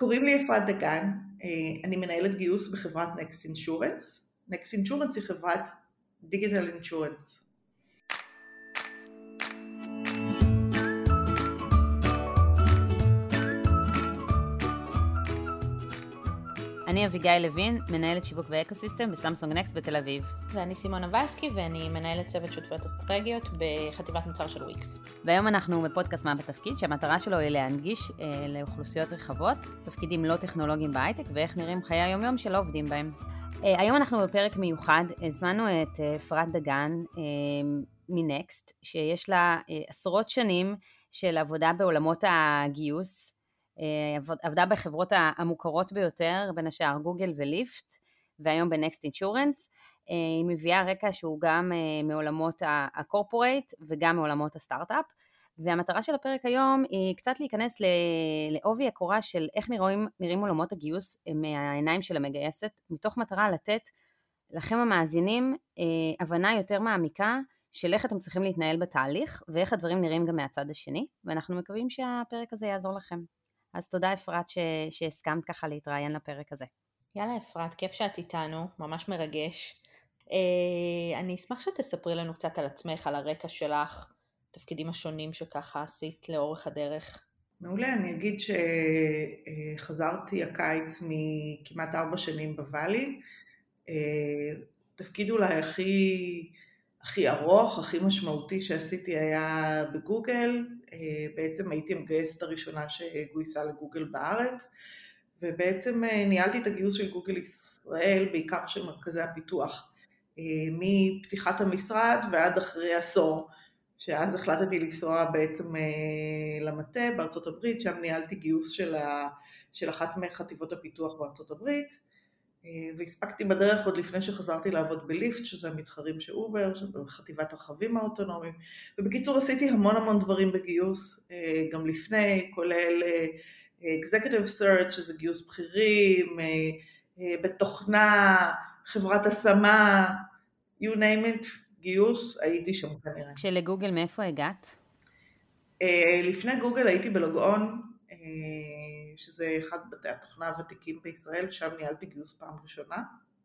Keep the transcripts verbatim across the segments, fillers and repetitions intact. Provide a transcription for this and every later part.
קוראים לי אפרת דגן, אני מנהלת גיוס בחברת Next Insurance. Next Insurance היא חברת Digital Insurance. אני אביגיל לוין, מנהלת שיווק ואקוסיסטם בסמסונג נקסט בתל אביב. ואני סימונה ולסקי, ואני מנהלת צוות שותפויות אסטרטגיות בחטיבת מוצר של וויקס. והיום אנחנו בפודקאסט מה בתפקיד, שהמטרה שלו היא להנגיש אה, לאוכלוסיות רחבות, תפקידים לא טכנולוגיים בהייטק, ואיך נראים חיי היום-יום שלא עובדים בהם. אה, היום אנחנו בפרק מיוחד, הזמנו את אה, אפרת דגן אה, מנקסט, שיש לה אה, עשרות שנים של עבודה בעולמות הגיוס, עבדה בחברות המוכרות ביותר, בין השאר גוגל וליפט, והיום בנקסט אינשורנס. היא מביאה רקע שהוא גם מעולמות הקורפורייט וגם מעולמות הסטארט-אפ, והמטרה של הפרק היום היא קצת להיכנס לעובי הקורה של איך נראים, נראים עולמות הגיוס מהעיניים של המגייסת, מתוך מטרה לתת לכם המאזינים הבנה יותר מעמיקה של איך אתם צריכים להתנהל בתהליך, ואיך הדברים נראים גם מהצד השני, ואנחנו מקווים שהפרק הזה יעזור לכם. אז תודה אפרת ש... שהסכמת ככה להתראיין לפרק הזה. יאללה אפרת, כיף שאת איתנו, ממש מרגש. אה, אני אשמח שתספרי לנו קצת על עצמך, על הרקע שלך, תפקידים השונים שככה עשית לאורך הדרך. מעולה, אני אגיד שחזרתי הקיץ מכמעט ארבע שנים בוואלי. תפקיד אולי הכי... הכי ארוך, הכי משמעותי שעשיתי היה בגוגל, בעצם הייתי המגייסת הראשונה שגויסה לגוגל בארץ, ובעצם ניהלתי את הגיוס של גוגל ישראל, בעיקר של מרכזי הפיתוח, מפתיחת המשרד ועד אחרי עשור, שאז החלטתי לנסוע בעצם למטה בארצות הברית, שם ניהלתי גיוס של, ה, של אחת מחטיבות הפיתוח בארצות הברית, והספקתי בדרך עוד לפני שחזרתי לעבוד בליפט, שזה המתחרים של אובר, בחטיבת הרכבים האוטונומיים, ובקיצור עשיתי המון המון דברים בגיוס, גם לפני, כולל Executive Search, שזה גיוס בכירים, בתוכנה, חברת השמה, you name it, גיוס, הייתי שם כנראה. שלגוגל מאיפה הגעת? לפני גוגל הייתי בלוגאון, שזה אחד בתי התוכנה הוותיקים בישראל, שם ניהלתי גיוס פעם ראשונה.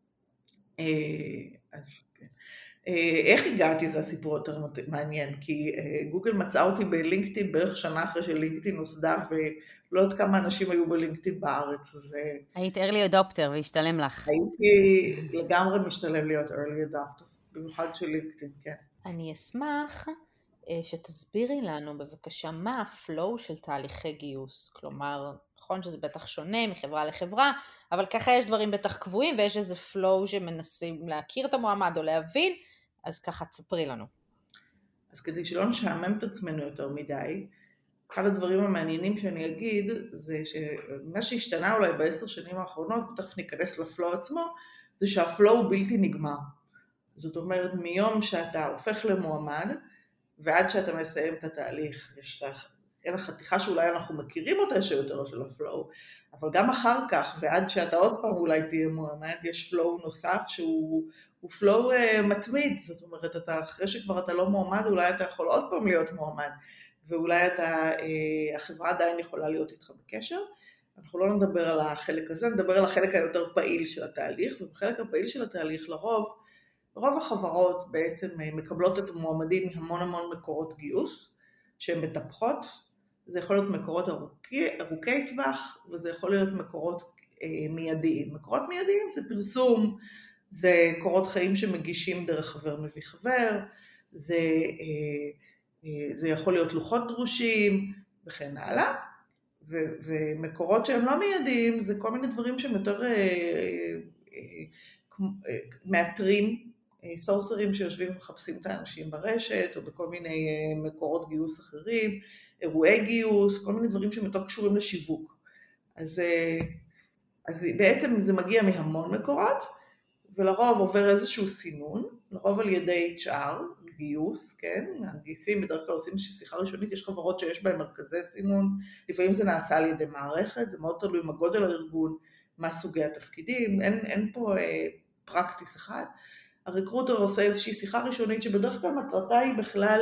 אז איך הגעתי? זה הסיפור יותר מעניין, כי גוגל מצאה אותי בלינקדאין בערך שנה אחרי שלינקדאין נוסדה, ולא יודעת כמה אנשים היו בלינקדאין בארץ. אז היית early adopter והשתלם לך. הייתי לגמרי משתלם להיות early adopter, במיוחד של לינקדאין, כן. אני אשמח שתסבירי לנו בבקשה מה הפלואו של תהליכי גיוס, כלומר, נכון שזה בטח שונה מחברה לחברה, אבל ככה יש דברים בטח קבועים, ויש איזה פלואו שמנסים להכיר את המועמד או להבין, אז ככה תספרי לנו. אז כדי שלא נשעמם את עצמנו יותר מדי, אחד הדברים המעניינים שאני אגיד, זה שמה שהשתנה אולי בעשר שנים האחרונות, ותכף ניכנס לפלואו עצמו, זה שהפלואו בלתי נגמר. זאת אומרת, מיום שאתה הופך למועמד, ועד שאתה מסיים את התהליך, יש לך חתיכה שאולי אנחנו מכירים אותה שיותר של הפלואו, אבל גם אחר כך, ועד שאתה עוד פעם אולי תהיה מועמד, יש פלואו נוסף שהוא פלואו מתמיד, זאת אומרת, אתה, אחרי שכבר אתה לא מועמד, אולי אתה יכול עוד פעם להיות מועמד, ואולי אתה, החברה עדיין יכולה להיות איתך בקשר. אנחנו לא נדבר על החלק הזה, נדבר על החלק היותר פעיל של התהליך, ובחלק הפעיל של התהליך לרוב, רוב החברות בעצם מקבלות את המועמדים מהמון המון מקורות גיוס, שהן מטפחות, זה יכול להיות מקורות ארוכי, ארוכי טווח, וזה יכול להיות מקורות אה, מיידיים. מקורות מיידיים זה פרסום, זה קורות חיים שמגישים דרך חבר מביא חבר, זה, אה, אה, זה יכול להיות לוחות דרושים, וכן הלאה. ו, ומקורות שהם לא מיידיים, זה כל מיני דברים שהם יותר אה, אה, אה, מאתרים, סורסרים שיושבים ומחפשים את האנשים ברשת, או בכל מיני מקורות גיוס אחרים, אירועי גיוס, כל מיני דברים שהם יותר קשורים לשיווק. אז, אז בעצם זה מגיע מהמון מקורות, ולרוב עובר איזשהו סינון, לרוב על ידי אייץ' אר, גיוס, כן? הגיוסים בדרך כלל עושים שיחה ראשונית, יש חברות שיש בהן מרכזי סינון, לפעמים זה נעשה על ידי מערכת, זה מאוד תלוי מה גודל הארגון, מה סוגי התפקידים, אין, אין פה אה, פרקטיס אחד. הרקרוטר עושה איזושהי שיחה ראשונית שבדרך כלל מטרתה היא בכלל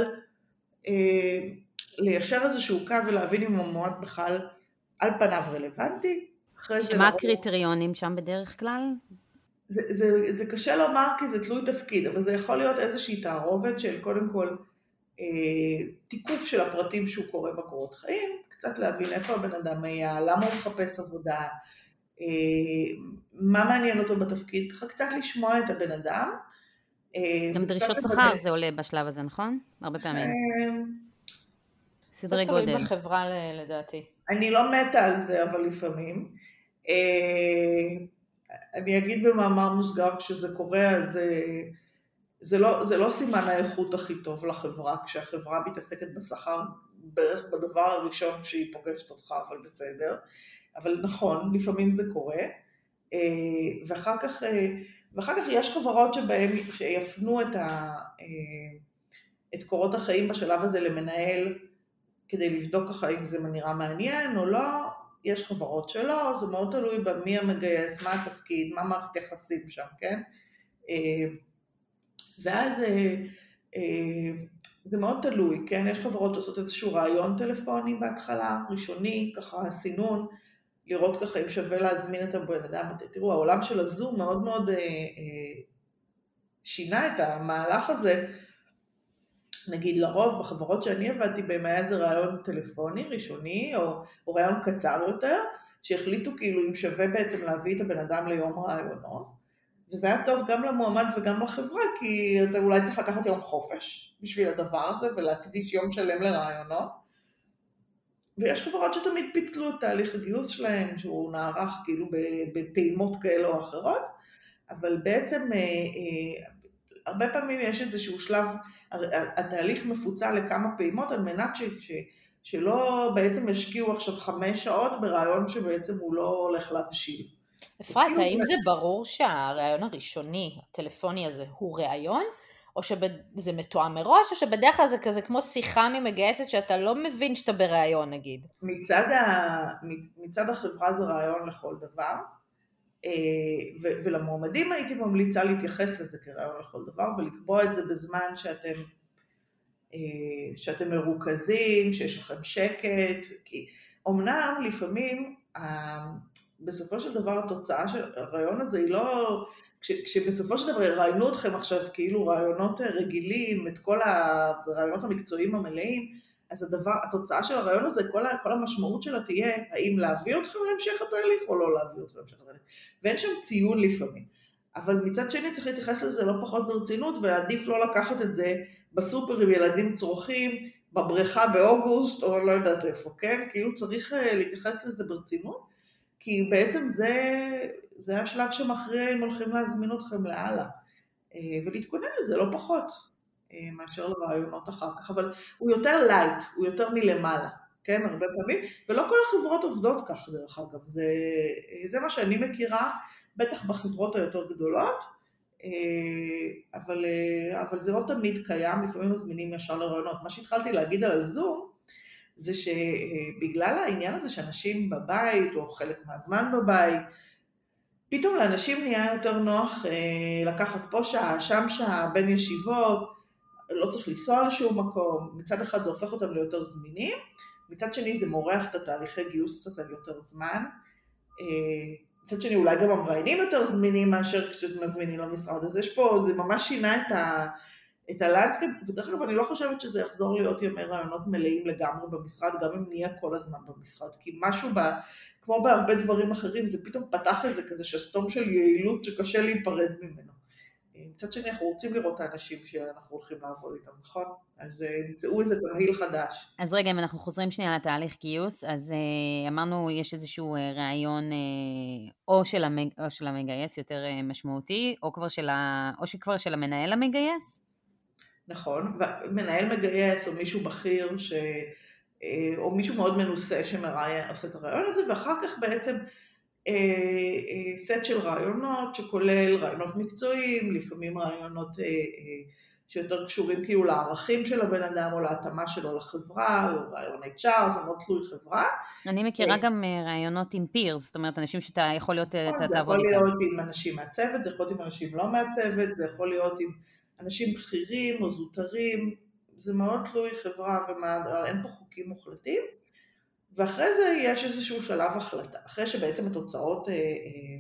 אה, ליישר איזשהו קו ולהבין אם המועמד בכלל על פניו רלוונטי, שמה הקריטריונים שם בדרך כלל? זה, זה, זה קשה לומר כי זה תלוי תפקיד, אבל זה יכול להיות איזושהי תערובת של קודם כל אה, תיקוף של הפרטים שהוא קורא בקורות חיים, קצת להבין איפה הבן אדם היה, למה הוא מחפש עבודה, אה, מה מעניין אותו בתפקיד, ככה קצת לשמוע את הבן אדם. אה, גם דרישות שכר לבד... זה עולה בשלב הזה, נכון? הרבה פעמים. אה, סדרי גודל. זה תלוי בחברה לדעתי. אני לא מתה על זה, אבל לפעמים. אה, אני אגיד במאמר מוסגר, כשזה קורה, אז זה, זה, לא, זה לא סימן האיכות הכי טוב לחברה, כשהחברה מתעסקת בשכר בערך בדבר הראשון שהיא פוגשת אותך, אבל בסדר. אבל נכון, לפעמים זה קורה. ואחר כך, ואחר כך יש חברות שבהם, שיפנו את, ה, את קורות החיים בשלב הזה למנהל, כדי לבדוק ככה אם זה נראה מעניין או לא. יש חברות שלא, זה מאוד תלוי במי המגייס, מה התפקיד, מה מערכת יחסים שם, כן? ואז זה מאוד תלוי, כן? יש חברות שעושות איזשהו רעיון טלפוני בהתחלה, ראשוני, ככה סינון, לראות ככה אם שווה להזמין את הבן אדם. תראו, העולם של הזום מאוד מאוד שינה את המהלך הזה. נגיד לרוב בחברות שאני עבדתי בהם היה איזה רעיון טלפוני ראשוני או, או רעיון קצר יותר, שהחליטו כאילו אם שווה בעצם להביא את הבן אדם ליום רעיונות, וזה היה טוב גם למועמד וגם לחברה, כי אתה אולי צריך לקחת יום חופש בשביל הדבר הזה ולהקדיש יום שלם לרעיונות, ויש חברות שתמיד פיצלו את תהליך הגיוס שלהם, שהוא נערך כאילו בפעימות כאלה או אחרות, אבל בעצם הרבה פעמים יש איזשהו שלב, התהליך מפוצל לכמה פעימות על מנת ש, ש, שלא בעצם ישקיעו עכשיו חמש שעות ברעיון שבעצם הוא לא הולך להבשיל. אפרת, האם זה ברור שהרעיון הראשוני, הטלפוני הזה, הוא רעיון? או שזה מתואם מראש, או שבדרך כלל זה כזה כמו שיחה ממגייסת שאתה לא מבין שאתה ברעיון נגיד? מצד, ה, מצד החברה זה רעיון לכל דבר. ולמועמדים הייתי ממליצה להתייחס לזה כרעיון לכל דבר, ולקבוע את זה בזמן שאתם, שאתם מרוכזים, שיש לכם שקט, כי אמנם לפעמים, בסופו של דבר התוצאה של הרעיון הזה היא לא, כש, כשבסופו של דבר יראיינו אתכם עכשיו כאילו רעיונות רגילים, את כל הרעיונות המקצועיים המלאים, אז הדבר, התוצאה של הרעיון הזה, כל, ה, כל המשמעות שלה תהיה, האם להביא אתכם להמשך התהליך או לא להביא אתכם להמשך התהליך. ואין שם ציון לפעמים. אבל מצד שני צריך להתייחס לזה לא פחות ברצינות, ועדיף לא לקחת את זה בסופר עם ילדים צורכים, בבריכה באוגוסט, או לא יודעת איפה, כן? כאילו צריך להתייחס לזה ברצינות, כי בעצם זה, זה השלב שמכריע אם הולכים להזמין אתכם להלאה. ולהתכונן לזה לא פחות. מאשר לרעיונות אחר כך, אבל הוא יותר לייט, הוא יותר מלמעלה, כן, הרבה פעמים, ולא כל החברות עובדות כך דרך אגב, זה, זה מה שאני מכירה, בטח בחברות היותר גדולות, אבל, אבל זה לא תמיד קיים, לפעמים מזמינים ישר לרעיונות. מה שהתחלתי להגיד על הזום, זה שבגלל העניין הזה שאנשים בבית, או חלק מהזמן בבית, פתאום לאנשים נהיה יותר נוח לקחת פה שעה, שם שעה, בין ישיבות, לא צריך לנסוע לשום מקום, מצד אחד זה הופך אותם ליותר זמינים, מצד שני זה מורח את התהליכי גיוס קצת על יותר זמן, מצד שני אולי גם המראיינים יותר זמינים מאשר כשמזמינים למשרד, אז יש פה, זה ממש שינה את, ה, את הלנדסקייפ, ודרך אגב אני לא חושבת שזה יחזור להיות ימי רעיונות מלאים לגמרי במשרד, גם אם נהיה כל הזמן במשרד, כי משהו ב, כמו בהרבה דברים אחרים, זה פתאום פתח איזה כזה שסתום של יעילות שקשה להיפרד ממנו. מצד שני אנחנו רוצים לראות את האנשים שאנחנו הולכים לעבוד איתם, נכון? אז נמצאו איזה תמהיל חדש. אז רגע, אם אנחנו חוזרים שנייה לתהליך גיוס, אז אמרנו יש איזשהו רעיון או של, המג... או של המגייס יותר משמעותי, או, כבר של ה... או שכבר של המנהל המגייס? נכון, מנהל מגייס או מישהו בכיר, ש... או מישהו מאוד מנוסה שעושה את הרעיון הזה, ואחר כך בעצם סט של רעיונות שכולל רעיונות מקצועיים, לפעמים רעיונות שיותר קשורים כאילו לערכים של הבן אדם או להתאמה שלו לחברה, או רעיון אייץ' אר, זה מאוד תלוי חברה. אני מכירה גם רעיונות עם פירס, זאת אומרת אנשים שאתה יכול להיות תעבוד איתם. זה יכול להיות עם אנשים מהצוות, זה יכול להיות עם אנשים לא מהצוות, זה יכול להיות עם אנשים בכירים או זוטרים, זה מאוד תלוי חברה, ואין פה חוקים מוחלטים. ואחרי זה יש איזשהו שלב החלטה, אחרי שבעצם התוצאות אה, אה,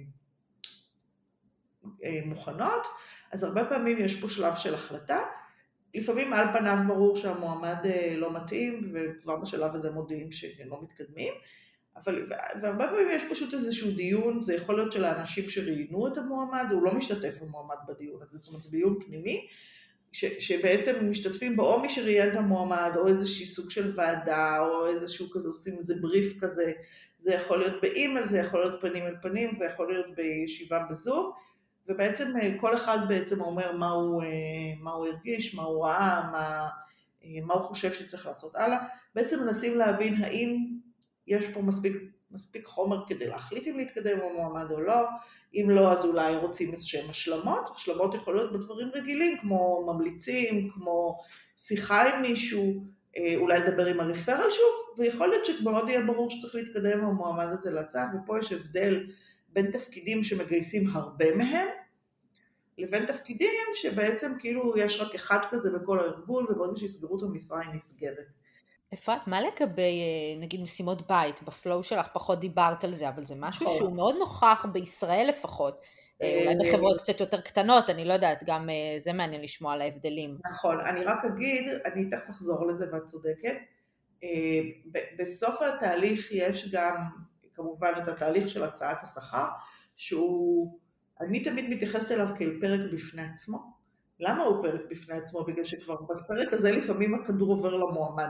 אה, מוכנות, אז הרבה פעמים יש פה שלב של החלטה, לפעמים על פניו ברור שהמועמד אה, לא מתאים, וכבר בשלב הזה מודיעים שהם לא מתקדמים, אבל, והרבה פעמים יש פשוט איזשהו דיון, זה יכול להיות של האנשים שראיינו את המועמד, הוא לא משתתף במועמד בדיון הזה, זאת אומרת זה דיון פנימי, ש, שבעצם משתתפים בו או מי שראיין את המועמד, או איזושהי סוג של ועדה, או איזשהו כזה, עושים איזה בריף כזה, זה יכול להיות באימייל, זה יכול להיות פנים אל פנים, זה יכול להיות בישיבה בזום, ובעצם כל אחד בעצם אומר מה הוא, מה הוא הרגיש, מה הוא ראה, מה, מה הוא חושב שצריך לעשות הלאה, בעצם מנסים להבין האם יש פה מספיק, מספיק חומר כדי להחליט אם להתקדם עם המועמד או לא, אם לא אז אולי רוצים איזשהם השלמות, השלמות יכול להיות בדברים רגילים כמו ממליצים, כמו שיחה עם מישהו, אולי לדבר עם הרפרל שוב, ויכול להיות שמאוד יהיה ברור שצריך להתקדם עם המועמד הזה להצעה, ופה יש הבדל בין תפקידים שמגייסים הרבה מהם, לבין תפקידים שבעצם כאילו יש רק אחד כזה בכל הארגון, וברגע שיסגרו את המשרה היא נסגרת. אפרת, מה לגבי, נגיד, משימות בית? בפלואו שלך פחות דיברת על זה, אבל זה משהו שהוא מאוד נוכח בישראל לפחות. אולי בחברות קצת יותר קטנות, אני לא יודעת, גם זה מעניין לשמוע על ההבדלים. נכון, אני רק אגיד, אני תכף אחזור לזה ואת צודקת. בסוף התהליך יש גם, כמובן, את התהליך של הצעת השכר, שהוא, אני תמיד מתייחסת אליו כאל פרק בפני עצמו. למה הוא פרק בפני עצמו? בגלל שכבר בפרק הזה לפעמים הכדור עובר למועמד.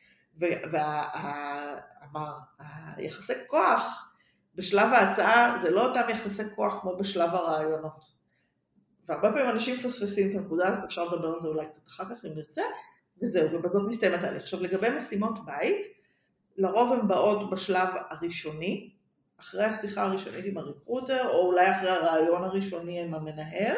והיחסי כוח בשלב ההצעה זה לא אותם יחסי כוח כמו בשלב הרעיונות. והרבה פעמים אנשים פספסים את הנקודה הזאת, אפשר לדבר על זה אולי קצת אחר כך אם נרצה, וזהו, ובזאת מסתיים התהליך. עכשיו לגבי משימות בית, לרוב הן באות בשלב הראשוני, אחרי השיחה הראשונית עם הריקרוטר, או אולי אחרי הרעיון הראשוני עם המנהל,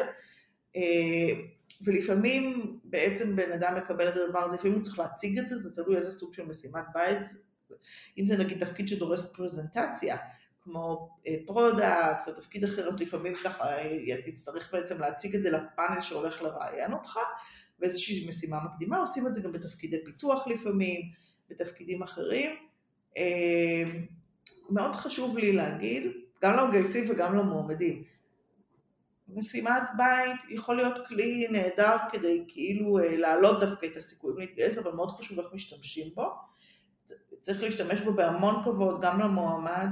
ולפעמים בעצם בן אדם מקבל את הדבר הזה, לפעמים הוא צריך להציג את זה, זה תלוי איזה סוג של משימת בית, אם זה נגיד תפקיד שדורס פרזנטציה, כמו פרודקט או תפקיד אחר, אז לפעמים ככה תצטרך בעצם להציג את זה לפאנל שהולך לראיין אותך, ואיזושהי משימה מקדימה, עושים את זה גם בתפקידי פיתוח לפעמים, בתפקידים אחרים. מאוד חשוב לי להגיד, גם למגייסים וגם למועמדים, משימת בית יכול להיות כלי נהדר כדי כאילו להעלות דווקא את הסיכויים להתגייס, אבל מאוד חשוב איך משתמשים בו. צריך להשתמש בו בהמון כבוד, גם למועמד,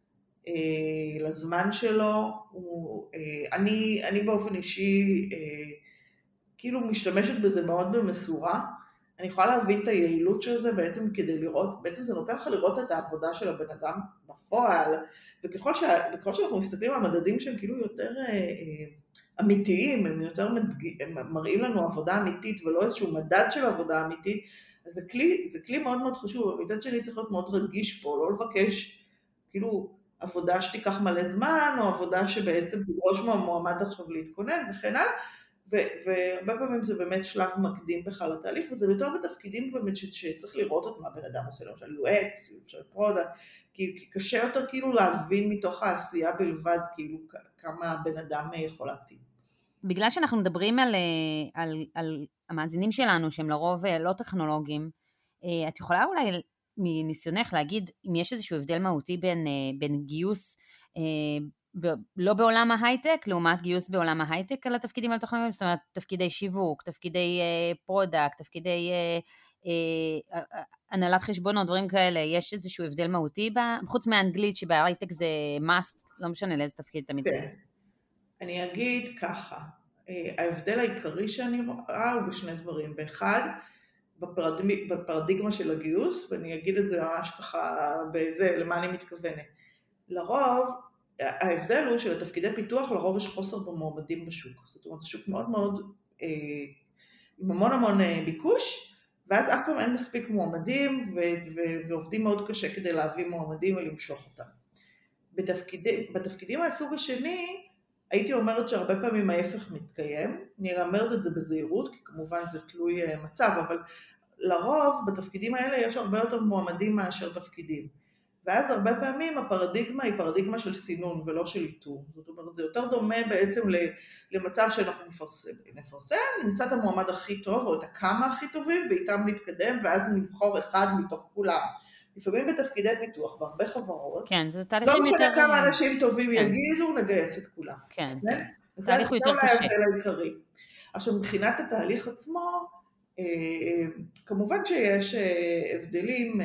לזמן שלו. אני, אני באופן אישי כאילו משתמשת בזה מאוד במסורה. אני יכולה להבין את היעילות של זה בעצם כדי לראות, בעצם זה נותן לך לראות את העבודה של הבן אדם בפועל, וככל ש... וככל שאנחנו מסתכלים על מדדים שהם כאילו יותר אה, אה, אמיתיים, הם יותר מדג... הם מראים לנו עבודה אמיתית ולא איזשהו מדד של עבודה אמיתית, אז זה כלי, זה כלי מאוד מאוד חשוב, המיתד שלי צריך להיות מאוד רגיש פה, לא לבקש כאילו עבודה שתיקח מלא זמן, או עבודה שבעצם תדרוש מהמועמד עכשיו להתכונן וכן הלאה, והרבה פעמים זה באמת שלב מקדים בכלל לתהליך, וזה יותר בתפקידים באמת שצריך לראות את מה בן אדם עושה, למשל יו אקס, למשל פרודקט, כי קשה יותר כאילו להבין מתוך העשייה בלבד, כאילו כמה בן אדם יכול להתאים. בגלל שאנחנו מדברים על, על, על המאזינים שלנו, שהם לרוב לא טכנולוגיים, את יכולה אולי מניסיונך להגיד אם יש איזשהו הבדל מהותי בין, בין גיוס, לא בעולם ההייטק, לעומת גיוס בעולם ההייטק על התפקידים הטכנולוגיים, זאת אומרת, תפקידי שיווק, תפקידי פרודקט, תפקידי הנהלת חשבונות, דברים כאלה, יש איזשהו הבדל מהותי, חוץ מהאנגלית שבהייטק זה must, לא משנה לאיזה תפקיד אתה מתגייס. אני אגיד ככה, ההבדל העיקרי שאני רואה הוא בשני דברים, באחד, בפרדיגמה של הגיוס, ואני אגיד את זה ממש ככה, בזה, למה אני מתכוונת. לרוב, ההבדל הוא שלתפקידי פיתוח לרוב יש חוסר במועמדים בשוק, זאת אומרת, זה שוק מאוד מאוד, אה, עם המון המון אה, ביקוש, ואז אף פעם אין מספיק מועמדים, ו- ו- ועובדים מאוד קשה כדי להביא מועמדים ולמשוך אותם. בתפקידים, בתפקידים מהסוג השני, הייתי אומרת שהרבה פעמים ההפך מתקיים, אני אומרת את זה בזהירות, כי כמובן זה תלוי אה, מצב, אבל לרוב בתפקידים האלה יש הרבה יותר מועמדים מאשר תפקידים. ואז הרבה פעמים הפרדיגמה היא פרדיגמה של סינון ולא של איתור. זאת אומרת, זה יותר דומה בעצם למצב שאנחנו נפרסם. נפרסם, נמצא את המועמד הכי טוב או את הכמה הכי טובים, ואיתם נתקדם, ואז נבחור אחד מתוך כולם. לפעמים בתפקידי פיתוח, בהרבה חברות, כן, זה תהליכים לא יותר... משנה כמה אנשים טובים כן. יגידו, נגייס את כולם. כן, כן? כן. זה, תהליך הוא זה יותר אולי קשה. ההבדל העיקרי. עכשיו, מבחינת התהליך עצמו, אה, אה, כמובן שיש אה, הבדלים, אה,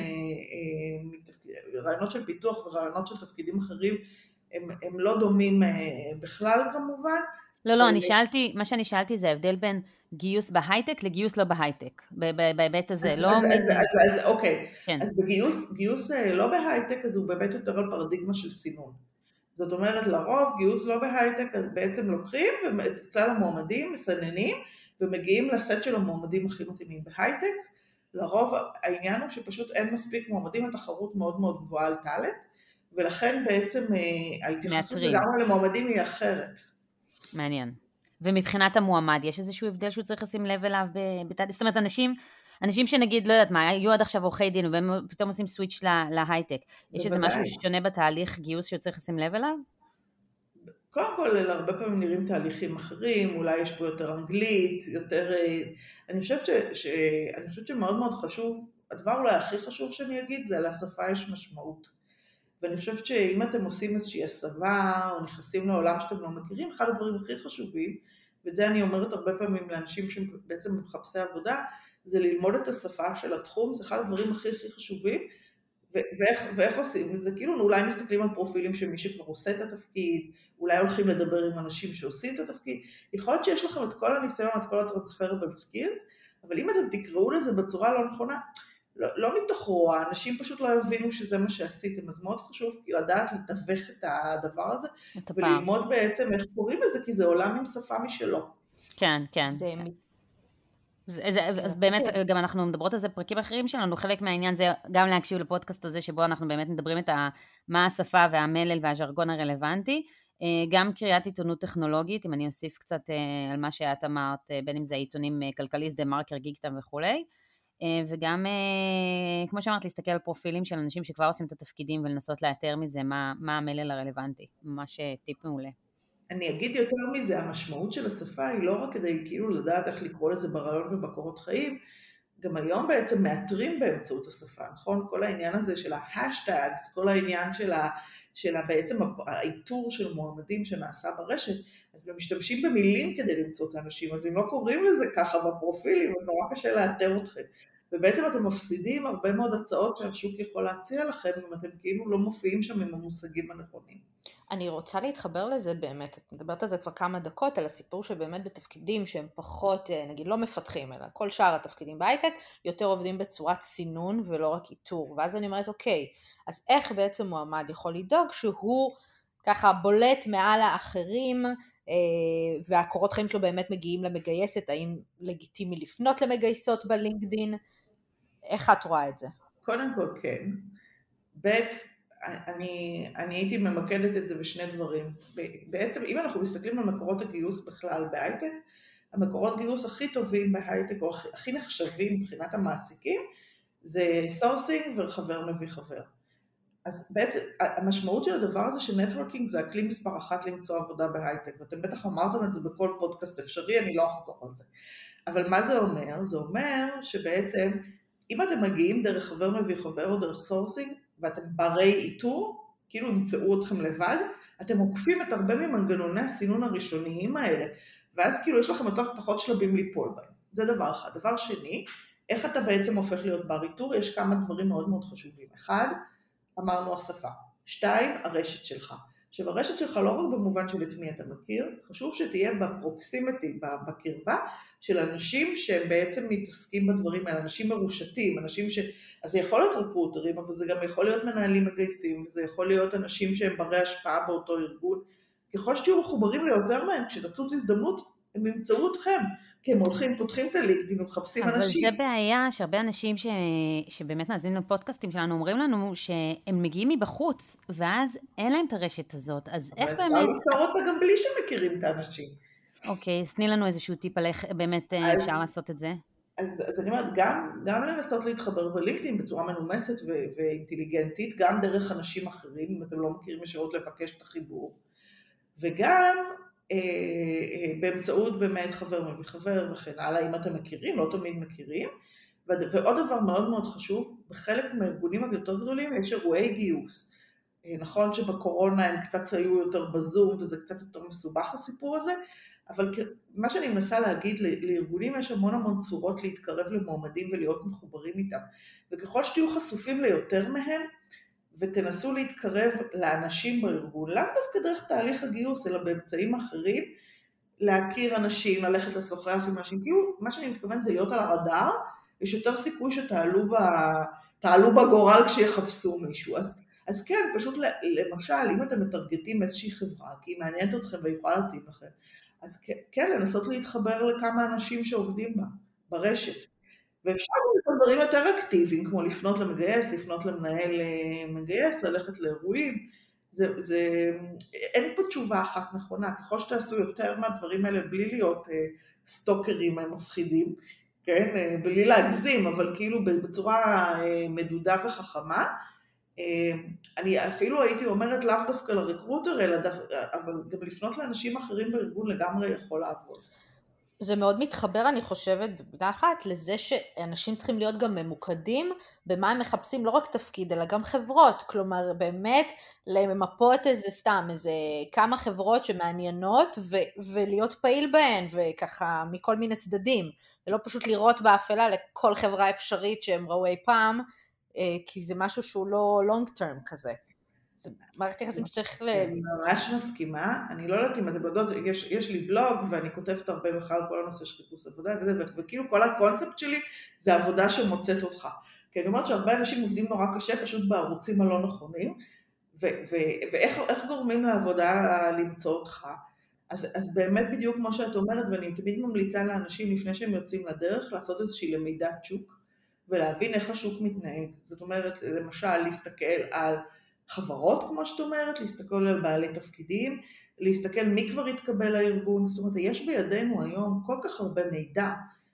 אה, רעיונות של פיתוח ורעיונות של תפקידים אחרים, הם, הם לא דומים אה, בכלל כמובן. לא, לא, אני שאלתי, מה שאני שאלתי זה ההבדל בין גיוס בהייטק לגיוס לא בהייטק, בהיבט הזה, אז, לא אז, מין... אז, אז, אז, אוקיי, כן. אז בגיוס, גיוס לא בהייטק, אז הוא באמת יותר על פרדיגמה של סינון. זאת אומרת, לרוב גיוס לא בהייטק, אז בעצם לוקחים את כלל המועמדים, מסננים, ומגיעים לסט של המועמדים הכי מתאימים בהייטק. לרוב העניין הוא שפשוט אין מספיק מועמדים, התחרות מאוד מאוד גבוהה על טאלנט, ולכן בעצם ההתייחסות לגמרי למועמדים היא אחרת. מעניין. ומבחינת המועמד, יש איזשהו הבדל שהוא צריך לשים לב אליו בתהליך? זאת אומרת, אנשים, אנשים שנגיד, לא יודעת מה, היו עד עכשיו עורכי דין, והם פתאום עושים סוויץ' להייטק. יש איזה משהו ששונה בתהליך גיוס שהוא צריך לשים לב אליו? קודם כל, הרבה פעמים נראים תהליכים אחרים, אולי יש פה יותר אנגלית, יותר... אני חושבת, ש, ש, אני חושבת שמאוד מאוד חשוב, הדבר אולי הכי חשוב שאני אגיד, זה על השפה יש משמעות. ואני חושבת שאם אתם עושים איזושהי הסבה, או נכנסים לעולם שאתם לא מכירים, אחד הדברים הכי חשובים, ואת זה אני אומרת הרבה פעמים לאנשים שבעצם מחפשי עבודה, זה ללמוד את השפה של התחום, זה אחד הדברים הכי הכי חשובים, ואיך, ואיך עושים את זה? כאילו אולי מסתכלים על פרופילים של מי שכבר עושה את התפקיד, אולי הולכים לדבר עם אנשים שעושים את התפקיד, יכול להיות שיש לכם את כל הניסיון, את כל ה-transferable skills, אבל אם אתם תקראו לזה בצורה לא נכונה, לא, לא מתוך רוע, אנשים פשוט לא הבינו שזה מה שעשיתם, אז מאוד חשוב לדעת לתווך את הדבר הזה, וללמוד בעצם איך קוראים לזה, כי זה עולם עם שפה משלו. כן, כן. זה... אז, אז, אז באמת גם אנחנו מדברות על זה פרקים אחרים שלנו, חלק מהעניין זה גם להקשיב לפודקאסט הזה שבו אנחנו באמת מדברים את ה, מה השפה והמלל והז'רגון הרלוונטי, גם קריאת עיתונות טכנולוגית, אם אני אוסיף קצת על מה שאת אמרת, בין אם זה עיתונים כלכליסט, דה מרקר, גיקטם וכולי, וגם כמו שאמרת להסתכל על פרופילים של אנשים שכבר עושים את התפקידים ולנסות לאתר מזה מה, מה המלל הרלוונטי, ממש טיפ מעולה. אני אגיד יותר מזה, המשמעות של השפה היא לא רק כדי כאילו לדעת איך לקרוא לזה ברעיון ובקורות חיים, גם היום בעצם מאתרים באמצעות השפה, נכון? כל העניין הזה של ההשטאגס, כל העניין של, ה, של ה, בעצם האיתור של מועמדים שנעשה ברשת, אז הם משתמשים במילים כדי למצוא את האנשים, אז אם לא קוראים לזה ככה בפרופילים, אז נורא קשה לאתר אתכם. ובעצם אתם מפסידים הרבה מאוד הצעות שהשוק יכול להציע לכם, אם אתם כאילו לא מופיעים שם עם המושגים הנכונים. אני רוצה להתחבר לזה באמת, את מדברת על זה כבר כמה דקות, על הסיפור שבאמת בתפקידים שהם פחות, נגיד לא מפתחים, אלא כל שאר התפקידים בהייטק, יותר עובדים בצורת סינון ולא רק איתור, ואז אני אומרת, אוקיי, אז איך בעצם מועמד יכול לדאוג שהוא ככה בולט מעל האחרים, והקורות חיים שלו באמת מגיעים למגייסת, האם לגיטימי לפנות למגייסות בלינקדין, איך את רואה את זה? קודם כל כן, בית, אני, אני הייתי ממקדת את זה בשני דברים. בעצם, אם אנחנו מסתכלים על מקורות הגיוס בכלל בהייטק, המקורות גיוס הכי טובים בהייטק, או הכי, הכי נחשבים מבחינת המעסיקים, זה סורסינג וחבר מביא חבר. אז בעצם, המשמעות של הדבר הזה שנטוורקינג זה הכלי מספר אחת למצוא עבודה בהייטק, ואתם בטח אמרתם את זה בכל פודקאסט אפשרי, אני לא אחזור על זה. אבל מה זה אומר? זה אומר שבעצם, אם אתם מגיעים דרך חבר מביא חבר או דרך סורסינג, ואתם ברי איתור, כאילו ימצאו אתכם לבד, אתם עוקפים את הרבה ממנגנוני הסינון הראשוניים האלה, ואז כאילו יש לכם יותר פחות שלבים ליפול בהם. זה דבר אחד. דבר שני, איך אתה בעצם הופך להיות בר איתור? יש כמה דברים מאוד מאוד חשובים. אחד, אמרנו השפה. שתיים, הרשת שלך. עכשיו, הרשת שלך לא רק במובן של את מי אתה מכיר, חשוב שתהיה בפרוקסימיטי, בקרבה, של אנשים שהם בעצם מתעסקים בדברים האלה, אנשים מרושתים, אנשים ש... אז זה יכול להיות רקרוטרים, אבל זה גם יכול להיות מנהלים מגייסים, זה יכול להיות אנשים שהם ברי השפעה באותו ארגון. ככל שתהיו מחוברים ליותר מהם, כשתצוץ הזדמנות, הם ימצאו אתכם, כי הם הולכים, פותחים את הלינקדין ומחפשים אבל אנשים. אבל זה בעיה שהרבה אנשים ש... שבאמת מאזינים לפודקאסטים שלנו, אומרים לנו שהם מגיעים מבחוץ, ואז אין להם את הרשת הזאת, אז איך באמת... אבל אפשר ליצור אותה גם בלי שמכירים את האנשים. אוקיי, אז תני לנו איזשהו טיפ על איך באמת אז, אפשר לעשות את זה. אז, אז אני אומרת, גם, גם לנסות להתחבר בלינקדין בצורה מנומסת ו- ואינטליגנטית, גם דרך אנשים אחרים, אם אתם לא מכירים ישירות לבקש את החיבור, וגם אה, אה, באמצעות באמת חבר מביא חבר וכן הלאה, אם אתם מכירים, לא תמיד מכירים, ועוד דבר מאוד מאוד חשוב, בחלק מהארגונים היותר גדולים יש אירועי גיוס. נכון שבקורונה הם קצת היו יותר בזום, וזה קצת יותר מסובך הסיפור הזה, אבל מה שאני מנסה להגיד, לארגונים יש המון המון צורות להתקרב למועמדים ולהיות מחוברים איתם, וככל שתהיו חשופים ליותר מהם, ותנסו להתקרב לאנשים בארגון, לאו דווקא דרך תהליך הגיוס, אלא באמצעים אחרים, להכיר אנשים, ללכת לשוחח עם אנשים, כאילו מה שאני מתכוון זה להיות על הרדאר, יש יותר סיכוי שתעלו ב, תעלו בגורל כשיחפשו מישהו, אז, אז כן, פשוט למשל, אם אתם מטרגטים איזושהי חברה, כי היא מעניינת אתכם ויכולה להתאים לכם, אז כן, לנסות להתחבר לכמה אנשים שעובדים בה, ברשת. ואפשר לעשות דברים יותר אקטיביים, כמו לפנות למגייס, לפנות למנהל מגייס, ללכת לאירועים. זה, זה, אין פה תשובה אחת נכונה, ככל שתעשו יותר מהדברים האלה, בלי להיות אה, סטוקרים מפחידים, כן? אה, בלי להגזים, אבל כאילו בצורה אה, מדודה וחכמה. אה, אני אפילו הייתי אומרת לאו דווקא לרקרוטר, אלא דו, אבל גם לפנות לאנשים אחרים בארגון לגמרי יכול לעבוד. זה מאוד מתחבר, אני חושבת, במילה אחת, לזה שאנשים צריכים להיות גם ממוקדים במה הם מחפשים, לא רק תפקיד, אלא גם חברות. כלומר, באמת, למפות איזה סתם, איזה כמה חברות שמעניינות, ו- ולהיות פעיל בהן, וככה מכל מיני צדדים, ולא פשוט לראות באפלה לכל חברה אפשרית שהם ראו אי פעם, כי זה משהו שהוא לא long term כזה. זה מערכת יחסים שצריך ל... אני ממש מסכימה, אני לא יודעת אם אתם יודעות, יש, יש לי בלוג ואני כותבת הרבה בכלל כל הנושא של חיפוש עבודה וזה, וכאילו כל הקונספט שלי זה עבודה שמוצאת אותך. כי אני אומרת שהרבה אנשים עובדים נורא קשה פשוט בערוצים הלא נכונים, ו- ו- ואיך איך גורמים לעבודה למצוא אותך. אז, אז באמת בדיוק כמו שאת אומרת, ואני תמיד ממליצה לאנשים לפני שהם יוצאים לדרך, לעשות איזושהי למידת שוק, ולהבין איך השוק מתנהג. זאת אומרת, למשל, להסתכל על חברות, כמו שאת אומרת, להסתכל על בעלי תפקידים, להסתכל מי כבר התקבל לארגון, זאת אומרת, יש בידינו היום כל כך הרבה מידע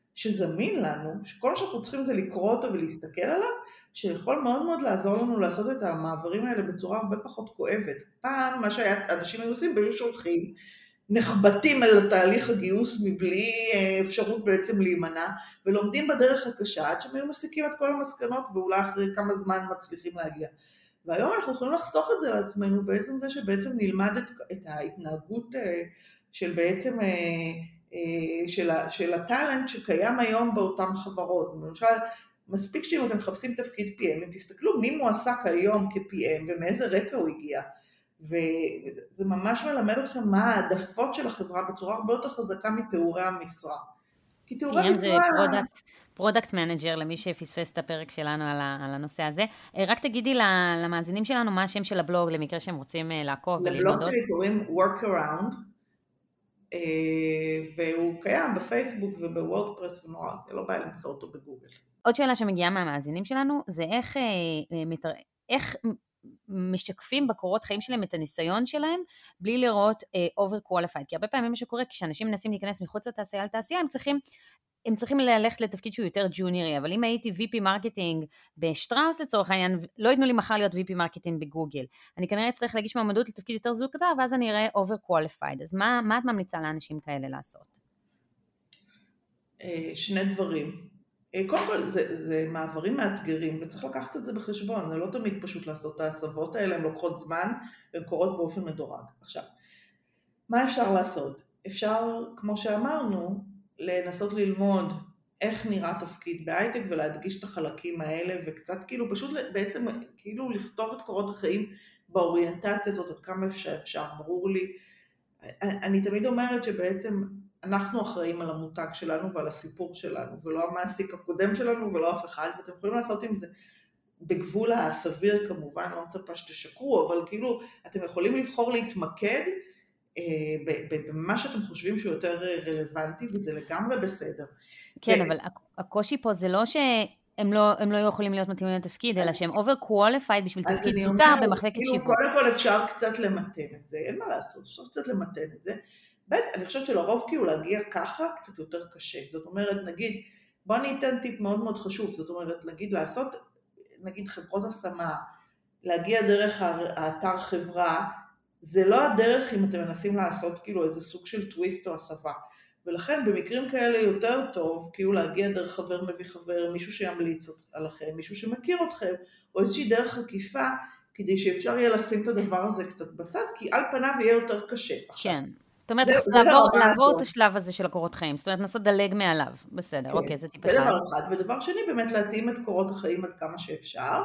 שזמין לנו, שכל מה שאנחנו צריכים זה לקרוא אותו ולהסתכל עליו, שיכול מאוד מאוד לעזור לנו לעשות את המעברים האלה בצורה הרבה פחות כואבת. פעם, מה שאנשים היו עושים, היו שולחים, נחבטים על תהליך הגיוס מבלי אפשרות בעצם להימנע, ולומדים בדרך הקשה, עד שהם היו מסיקים את כל המסקנות, ואולי אחרי כמה זמן מצליחים להגיע. והיום אנחנו יכולים לחסוך את זה לעצמנו, בעצם זה שבעצם נלמד את, את ההתנהגות של בעצם, של, של הטלנט שקיים היום באותן חברות. למשל, מספיק שאם אתם מחפשים תפקיד פי אם, אם תסתכלו מי מועסק היום כ-פי אם ומאיזה רקע הוא הגיע, וזה ממש מלמד אתכם מה העדפות של החברה בצורה הרבה יותר חזקה מתיאורי המשרה. כי תיאורי המשרה... זה פרודקט, פרודקט מנג'ר למי שפספס את הפרק שלנו על, ה, על הנושא הזה. רק תגידי למאזינים שלנו מה השם של הבלוג למקרה שהם רוצים לעקוב וללמוד עוד. לבלוג שלי קוראים Workaround, והוא קיים בפייסבוק ובוורדפרס ונורא, לא בעיה למצוא אותו בגוגל. עוד שאלה שמגיעה מהמאזינים שלנו זה איך, איך משקפים בקורות חיים שלהם את הניסיון שלהם, בלי לראות over-qualified, כי הרבה פעמים מה שקורה, כשאנשים מנסים להיכנס מחוץ לתעשייה לתעשייה, הם צריכים, הם צריכים ללכת לתפקיד שהוא יותר ג'וניורי, אבל אם הייתי וי פי מרקטינג בשטראוס לצורך העניין, לא ייתנו לי מחר להיות וי פי מרקטינג בגוגל, אני כנראה צריך להגיש מעמדות לתפקיד יותר זו קטר, ואז אני אראה over-qualified, אז מה, מה את ממליצה לאנשים כאלה לעשות? שני דברים. קודם כל, זה, זה מעברים מאתגרים, וצריך לקחת את זה בחשבון, זה לא תמיד פשוט לעשות את ההסבות האלה, הן לוקחות זמן, והן קורות באופן מדורג. עכשיו, מה אפשר לעשות? אפשר, כמו שאמרנו, לנסות ללמוד איך נראה תפקיד בהייטק, ולהדגיש את החלקים האלה, וקצת כאילו, פשוט בעצם, כאילו לכתוב את קורות החיים באוריינטציה הזאת, עד כמה שאפשר, ברור לי. אני תמיד אומרת שבעצם, אנחנו אחראים על המותג שלנו ועל הסיפור שלנו, ולא המעסיק הקודם שלנו ולא אף אחד, ואתם יכולים לעשות עם זה בגבול הסביר כמובן, לא מצפה שתשקרו, אבל כאילו אתם יכולים לבחור להתמקד אה, במה שאתם חושבים שהוא יותר רלוונטי, וזה לגמרי בסדר. כן, ו... אבל הקושי פה זה לא ש... הם לא, הם לא יכולים להיות מתאימים לתפקיד, אלא שהם over-qualified בשביל תפקיד זוטר במחלקת שיווק. קודם כל אפשר קצת למתן את זה, אין מה לעשות, אפשר קצת למתן את זה. בית, אני חושבת שלרוב כאילו להגיע ככה קצת יותר קשה. זאת אומרת, נגיד, בוא אני אתן טיפ מאוד מאוד חשוב, זאת אומרת, נגיד לעשות, נגיד חברות השמה, להגיע דרך האתר חברה, זה לא הדרך אם אתם מנסים לעשות כאילו איזה סוג של טוויסט או הסבה. ולכן במקרים כאלה יותר טוב, כאילו להגיע דרך חבר מביא חבר, מישהו שימליץ עליכם, מישהו שמכיר אתכם, או איזושהי דרך עקיפה, כדי שאפשר יהיה לשים את הדבר הזה קצת בצד, כי על פניו יהיה יותר קשה. כן. זאת אומרת, צריך לעבור, לעבור את השלב הזה של הקורות החיים, זאת אומרת, לנסות דלג מעליו, בסדר, כן. אוקיי, זה טיפ זה אחד. דבר אחד, ודבר שני, באמת להתאים את קורות החיים עד כמה שאפשר.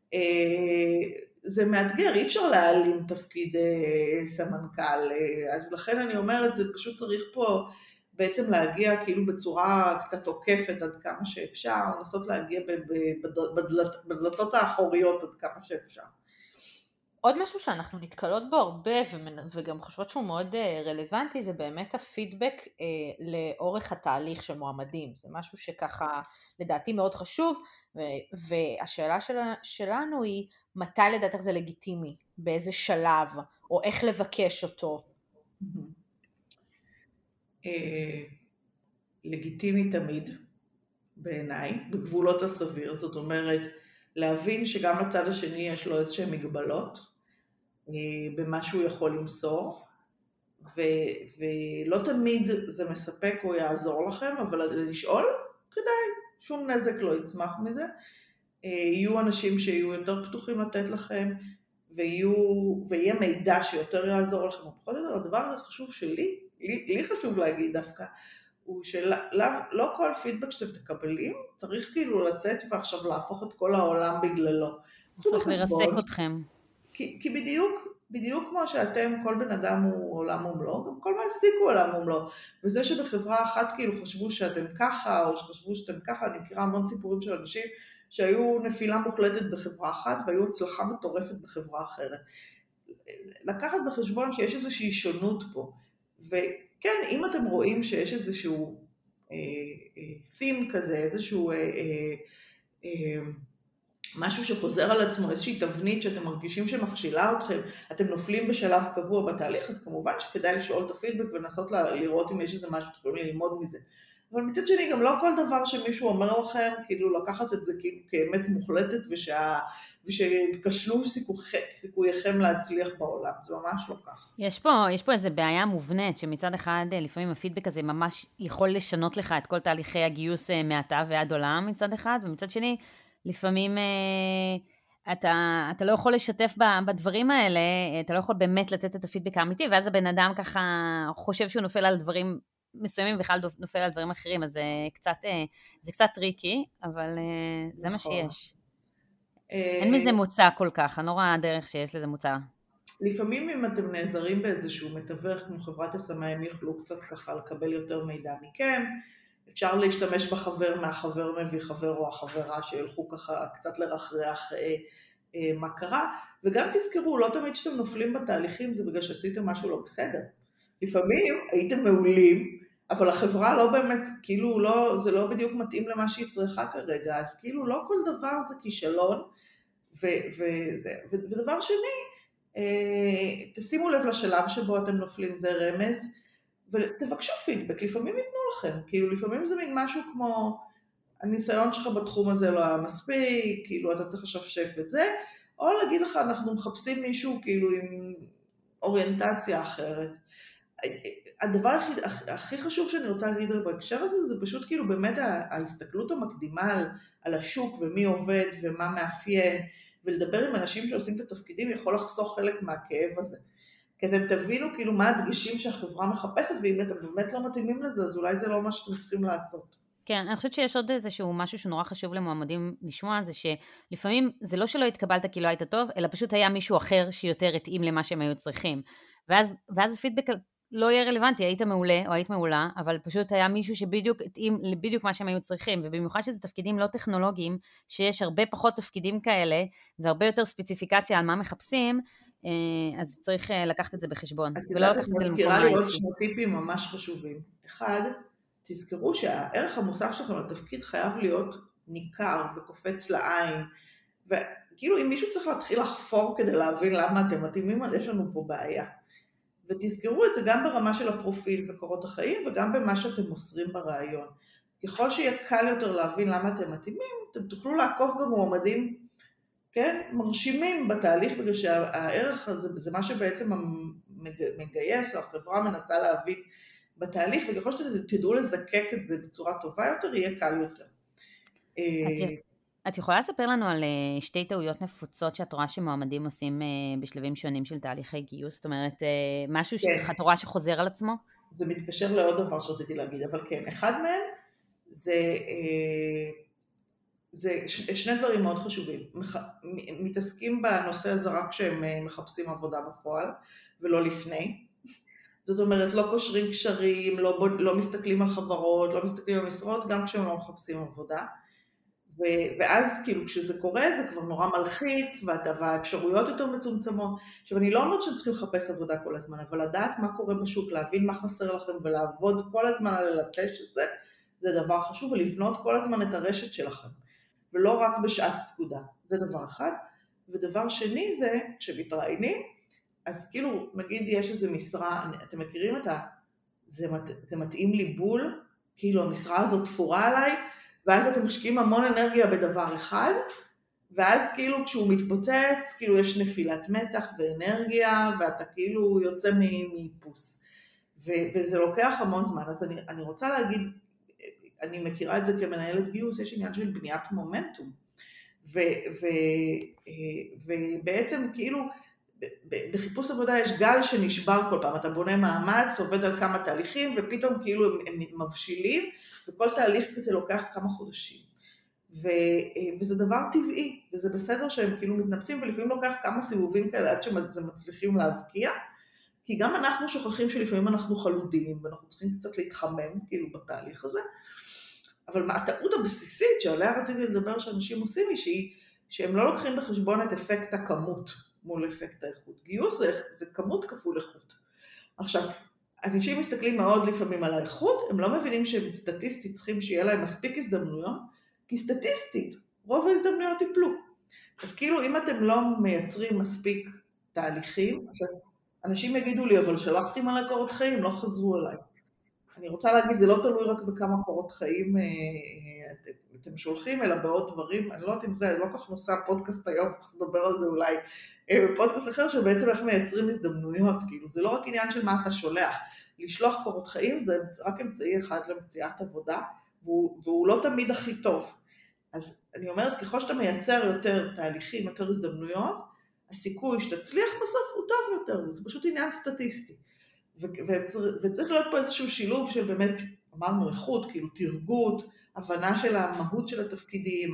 זה מאתגר, אי אפשר להעלים תפקיד סמנכ"ל, אז לכן אני אומרת, זה פשוט צריך פה בעצם להגיע כאילו בצורה קצת עוקפת עד כמה שאפשר, לנסות להגיע בדלתות האחוריות עד כמה שאפשר. עוד משהו שאנחנו נתקלות בו הרבה וגם חושבות שהוא מאוד רלוונטי, זה באמת הפידבק לאורך התהליך של מועמדים. זה משהו שככה לדעתי מאוד חשוב, והשאלה שלנו היא מתי לדעתך זה לגיטימי, באיזה שלב, או איך לבקש אותו. לגיטימי תמיד, בעיניי, בגבולות הסביר, זאת אומרת, להבין שגם לצד השני יש לו איזשהם מגבלות, במה שהוא יכול למסור, ו- ולא תמיד זה מספק או יעזור לכם, אבל לשאול, כדאי, שום נזק לא יצמח מזה. יהיו אנשים שיהיו יותר פתוחים לתת לכם, ויהיו, ויהיה מידע שיותר יעזור לכם. בכל זאת, הדבר החשוב שלי, לי, לי חשוב להגיד דווקא, הוא שלא לא כל פידבק שאתם תקבלים, צריך כאילו לצאת ועכשיו להפוך את כל העולם בגללו. צריך לרסק אתכם. כי, כי בדיוק, בדיוק כמו שאתם, כל בן אדם הוא עולם ומלוא, גם כל מעסיק הוא עולם ומלוא. וזה שבחברה אחת כאילו חשבו שאתם ככה, או שחשבו שאתם ככה, אני מכירה המון סיפורים של אנשים שהיו נפילה מוחלטת בחברה אחת, והיו הצלחה מטורפת בחברה אחרת. לקחת בחשבון שיש איזושהי שונות פה, וכן, אם אתם רואים שיש איזשהו אה, אה, theme כזה, איזשהו... אה, אה, אה, משהו שחוזר על עצמו, איזושהי תבנית שאתם מרגישים שמכשילה אתכם, אתם נופלים בשלב קבוע בתהליך, אז כמובן שכדאי לשאול את הפידבק ולנסות לראות אם יש איזה משהו שאתם יכולים ללמוד מזה. אבל מצד שני, גם לא כל דבר שמישהו אומר לכם, כאילו לקחת את זה כאילו כאמת מוחלטת, ושה, ושכשלו סיכוייכם להצליח בעולם, זה ממש לא כך. יש פה, יש פה איזו בעיה מובנית, שמצד אחד לפעמים הפידבק הזה ממש יכול לשנות לך את כל תהליכי הגיוס מעתה ועד עולם מצד אחד, ומצד שני, לפעמים אתה, אתה לא יכול לשתף בדברים האלה, אתה לא יכול באמת לתת את הפידבק האמיתי, ואז הבן אדם ככה חושב שהוא נופל על דברים מסוימים, ובכלל נופל על דברים אחרים, אז זה קצת, זה קצת טריקי, אבל זה מה שיש. אין מזה מוצא כל כך, אני לא רואה הדרך שיש לזה מוצא. לפעמים אם אתם נעזרים באיזשהו מתווך, כמו חברת השמה, הם יוכלו קצת ככה לקבל יותר מידע מכם, אפשר להשתמש בחבר מהחבר מביא חבר או החברה שילכו ככה קצת לרחרח אה, אה, מה קרה, וגם תזכרו, לא תמיד שאתם נופלים בתהליכים זה בגלל שעשיתם משהו לא בסדר. לפעמים הייתם מעולים, אבל החברה לא באמת, כאילו לא, זה לא בדיוק מתאים למה שהיא צריכה כרגע, אז כאילו לא כל דבר זה כישלון, ו, וזה, ו, ודבר שני, אה, תשימו לב לשלב שבו אתם נופלים, זה רמז, ותבקשו פידבק, לפעמים ייתנו לכם, כאילו לפעמים זה מין משהו כמו, הניסיון שלך בתחום הזה לא היה מספיק, כאילו אתה צריך לשפשף את זה, או להגיד לך אנחנו מחפשים מישהו כאילו עם אוריינטציה אחרת. הדבר הכי, הכי חשוב שאני רוצה להגיד בהקשר הזה, זה פשוט כאילו באמת ההסתכלות המקדימה על, על השוק ומי עובד ומה מאפיין, ולדבר עם אנשים שעושים את התפקידים יכול לחסוך חלק מהכאב הזה. כי אתם תבינו כאילו מה הדגשים שהחברה מחפשת, ואם אתם באמת לא מתאימים לזה, אז אולי זה לא מה שאתם צריכים לעשות. כן, אני חושבת שיש עוד איזשהו משהו שנורא חשוב למועמדים לשמוע, זה שלפעמים זה לא שלא התקבלת כי לא היית טוב, אלא פשוט היה מישהו אחר שיותר התאים למה שהם היו צריכים. ואז, ואז הפידבק לא יהיה רלוונטי, היית מעולה או היית מעולה, אבל פשוט היה מישהו שבדיוק התאים לבדיוק מה שהם היו צריכים, ובמיוחד שזה תפקידים לא טכנולוגיים, שיש הרבה פחות תפקידים כאלה, והרבה יותר ספציפיקציה על מה מחפשים, אז צריך לקחת את זה בחשבון. את יודעת, את מזכירה לי עוד שני טיפים ממש חשובים. אחד, תזכרו שהערך המוסף שלכם לתפקיד חייב להיות ניכר וקופץ לעין, וכאילו אם מישהו צריך להתחיל לחפור כדי להבין למה אתם מתאימים, אז יש לנו פה בעיה. ותזכרו את זה גם ברמה של הפרופיל וקורות החיים, וגם במה שאתם מוסרים ברעיון. ככל שיהיה קל יותר להבין למה אתם מתאימים, אתם תוכלו לעקוף גם מועמדים, כן, מרשימים בתהליך, בגלל שהערך הזה, זה מה שבעצם מגייס, או החברה מנסה להבין בתהליך, וככל שתדעו לזקק את זה בצורה טובה יותר, יהיה קל יותר. את יכולה לספר לנו על שתי טעויות נפוצות שאת רואה שמועמדים עושים בשלבים שונים של תהליכי גיוס? זאת אומרת, משהו שאת רואה שחוזר על עצמו? זה מתקשר לעוד דבר שרציתי להגיד, אבל כן, אחד מהם זה, זה שני דברים מאוד חשובים. מתעסקים בנושא הזה רק כשהם מחפשים עבודה בפועל, ולא לפני. זאת אומרת, לא קושרים קשרים, לא, לא מסתכלים על חברות, לא מסתכלים על משרות, גם כשהם לא מחפשים עבודה. ואז כאילו כשזה קורה זה כבר נורא מלחיץ, והאפשרויות יותר מצומצמות. עכשיו אני לא אומרת שהם צריכים לחפש עבודה כל הזמן, אבל לדעת מה קורה בשוק, להבין מה חסר לכם ולעבוד כל הזמן על ללטש את זה, זה דבר חשוב, ולבנות כל הזמן את הרשת שלכם, ולא רק בשעת פקודה, זה דבר אחד. ודבר שני זה, כשמתראיינים, אז כאילו נגיד יש איזו משרה, אתם מכירים את ה... זה, מת, זה מתאים לי בול, כאילו המשרה הזאת תפורה עליי, ואז אתם משקיעים המון אנרגיה בדבר אחד, ואז כאילו כשהוא מתפוצץ, כאילו יש נפילת מתח ואנרגיה, ואתה כאילו יוצא מאיפוס. וזה לוקח המון זמן, אז אני, אני רוצה להגיד, אני מכירה את זה כמנהלת גיוס, יש עניין של בניית מומנטום. ו, ו, ובעצם כאילו, בחיפוש עבודה יש גל שנשבר כל פעם, אתה בונה מאמץ, עובד על כמה תהליכים, ופתאום כאילו הם, הם מבשילים, וכל תהליך כזה לוקח כמה חודשים. ו, וזה דבר טבעי, וזה בסדר שהם כאילו מתנפצים, ולפעמים לוקח כמה סיבובים כאלה עד שזה מצליחים להבקיע, כי גם אנחנו שוכחים שלפעמים אנחנו חלודים, ואנחנו צריכים קצת להתחמם כאילו בתהליך הזה, אבל מה, הטעות הבסיסית שעליה רציתי לדבר שאנשים עושים היא שהיא, שהם לא לוקחים בחשבון את אפקט הכמות מול אפקט האיכות. גיוס זה, זה כמות כפול איכות. עכשיו, אנשים מסתכלים מאוד לפעמים על האיכות, הם לא מבינים שהם סטטיסטית צריכים שיהיה להם מספיק הזדמנויות, כי סטטיסטית רוב ההזדמנויות ייפלו. אז כאילו אם אתם לא מייצרים מספיק תהליכים, אנשים יגידו לי, אבל שלחתי מלא קורות חיים, לא חזרו אליי. אני רוצה להגיד, זה לא תלוי רק בכמה קורות חיים אתם שולחים, אלא בעוד דברים, אני לא יודעת אם זה, לא כך נושא הפודקאסט היום, צריך לדבר על זה אולי בפודקאסט אחר, שבעצם איך מייצרים הזדמנויות, כאילו זה לא רק עניין של מה אתה שולח, לשלוח קורות חיים זה רק אמצעי אחד למציאת עבודה, והוא, והוא לא תמיד הכי טוב. אז אני אומרת, ככל שאתה מייצר יותר תהליכים, יותר הזדמנויות, הסיכוי שתצליח בסוף הוא טוב יותר, זה פשוט עניין סטטיסטי. וצריך להיות פה איזשהו שילוב של באמת, אמרנו איכות, כאילו תרגות, הבנה של המהות של התפקידים,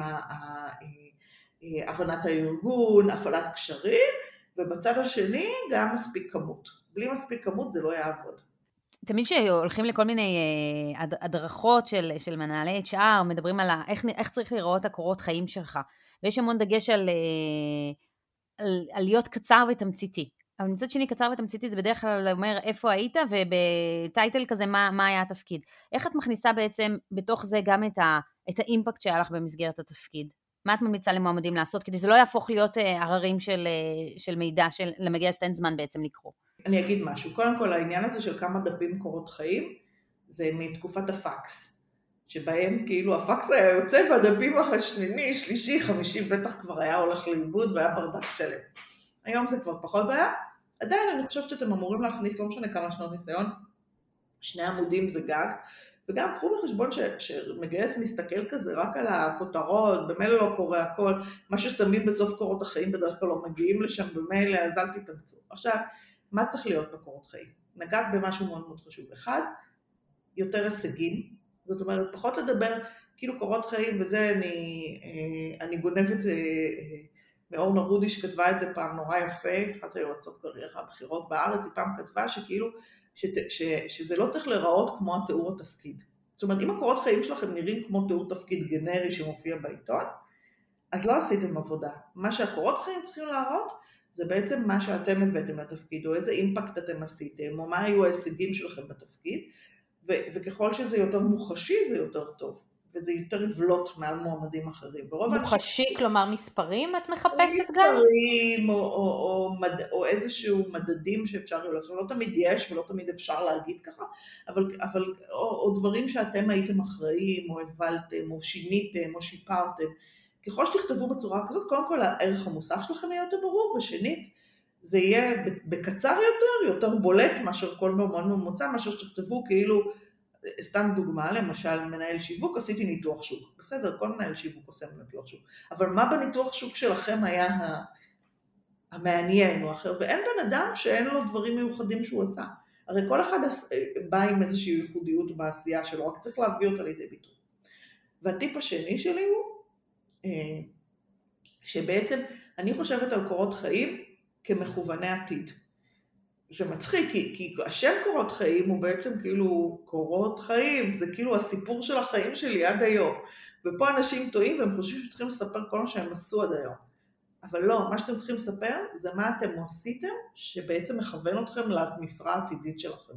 הבנת הארגון, הפעלת קשרים, ובצד השני גם מספיק כמות. בלי מספיק כמות זה לא יעבוד. תמיד שהולכים לכל מיני הדרכות של, של מנהלי אייץ' אר, מדברים על איך, איך צריך לראות הקורות חיים שלך, ויש המון דגש על, על, על להיות קצר ותמציתי. אבל מצד שני, קצר ותמציתי זה בדרך כלל אומר איפה היית, ובטייטל כזה מה, מה היה התפקיד. איך את מכניסה בעצם בתוך זה גם את, ה, את האימפקט שהיה לך במסגרת התפקיד? מה את ממליצה למועמדים לעשות? כדי שזה לא יהפוך להיות הררים של, של מידע, של למגייס אין זמן בעצם לקרוא. אני אגיד משהו. קודם כל, העניין הזה של כמה דפים קורות חיים, זה מתקופת הפקס. שבהם כאילו הפקס היה יוצא, והדפים השני, שלישי, חמישי, בטח כבר היה הולך לאיבוד, והיה ברדק שלם. היום זה כבר פחות בעיה, עדיין אני חושבת שאתם אמורים להכניס, לא משנה כמה שנות ניסיון, שני עמודים זה גג, וגם קחו בחשבון ש, שמגייס מסתכל כזה רק על הכותרות, במילא לא קורה הכל, מה ששמים בסוף קורות החיים בדרך כלל לא מגיעים לשם במילא, אז אל תתאמצו. עכשיו, מה צריך להיות בקורות חיים? נגעת במשהו מאוד מאוד חשוב. אחד, יותר הישגים, זאת אומרת, פחות לדבר, כאילו קורות חיים, וזה אני, אני גונבת מאורנה רודי שכתבה את זה פעם נורא יפה, אחת היועצות קריירה הבכירות בארץ, היא פעם כתבה שכאילו, ש, ש, שזה לא צריך להיראות כמו התיאור התפקיד. זאת אומרת, אם הקורות חיים שלכם נראים כמו תיאור תפקיד גנרי שמופיע בעיתון, אז לא עשיתם עבודה. מה שהקורות חיים צריכים להראות, זה בעצם מה שאתם הבאתם לתפקיד, או איזה אימפקט אתם עשיתם, או מה היו ההישגים שלכם בתפקיד, ו- וככל שזה יותר מוחשי, זה יותר טוב. וזה יותר יבלוט מעל מועמדים אחרים. מוחשי, אנשים... כלומר מספרים את מחפשת גם? מספרים או, או, או, מד... או איזשהו מדדים שאפשר לעשות, לא תמיד יש ולא תמיד אפשר להגיד ככה, אבל, אבל או, או דברים שאתם הייתם אחראים, או הבלתם, או שיניתם, או שיפרתם. ככל שתכתבו בצורה כזאת, קודם כל הערך המוסף שלכם יהיה יותר ברור, ושנית, זה יהיה בקצר יותר, יותר בולט מאשר כל מאוד ממוצע, מאשר שתכתבו כאילו, סתם דוגמה, למשל מנהל שיווק, עשיתי ניתוח שוק, בסדר, כל מנהל שיווק עושה ניתוח שוק, אבל מה בניתוח שוק שלכם היה המעניין או אחר, ואין בן אדם שאין לו דברים מיוחדים שהוא עשה, הרי כל אחד בא עם איזושהי ייחודיות בעשייה שלו, רק צריך להביא אותה לידי ביטוי. והטיפ השני שלי הוא, שבעצם אני חושבת על קורות חיים כמכווני עתיד. זה מצחיק, כי, כי השם קורות חיים הוא בעצם כאילו קורות חיים, זה כאילו הסיפור של החיים שלי עד היום. ופה אנשים טועים והם חושבים שצריכים לספר כל מה שהם עשו עד היום. אבל לא, מה שאתם צריכים לספר זה מה אתם עשיתם שבעצם מכוון אתכם למשרה העתידית שלכם.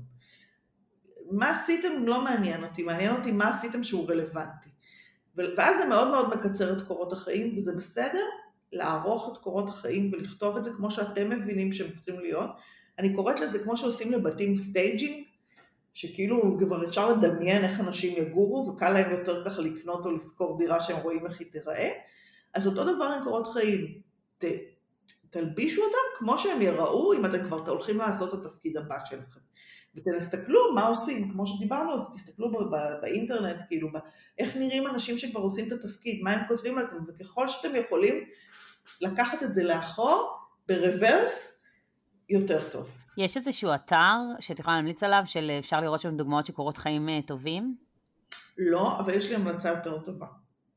מה עשיתם לא מעניין אותי, מעניין אותי מה עשיתם שהוא רלוונטי. ואז זה מאוד מאוד מקצר את קורות החיים, וזה בסדר לערוך את קורות החיים ולכתוב את זה כמו שאתם מבינים שהם צריכים להיות. אני קוראת לזה כמו שעושים לבתים סטייג'ינג, שכאילו כבר אפשר לדמיין איך אנשים יגורו, וקל להם יותר ככה לקנות או לזכור דירה שהם רואים איך היא תיראה. אז אותו דבר עם קורות חיים, ת, תלבישו אותם כמו שהם יראו, אם אתם כבר הולכים לעשות את התפקיד הבא שלכם. ותסתכלו מה עושים, כמו שדיברנו, תסתכלו באינטרנט, כאילו, איך נראים אנשים שכבר עושים את התפקיד, מה הם כותבים על עצמם, וככל שאתם יכולים לקחת את זה לאחור, ברוורס, יותר טוב. יש איזשהו אתר שאת יכולה להמליץ עליו, של אפשר לראות שם דוגמאות שקורות חיים טובים? לא, אבל יש לי המלצה יותר טובה.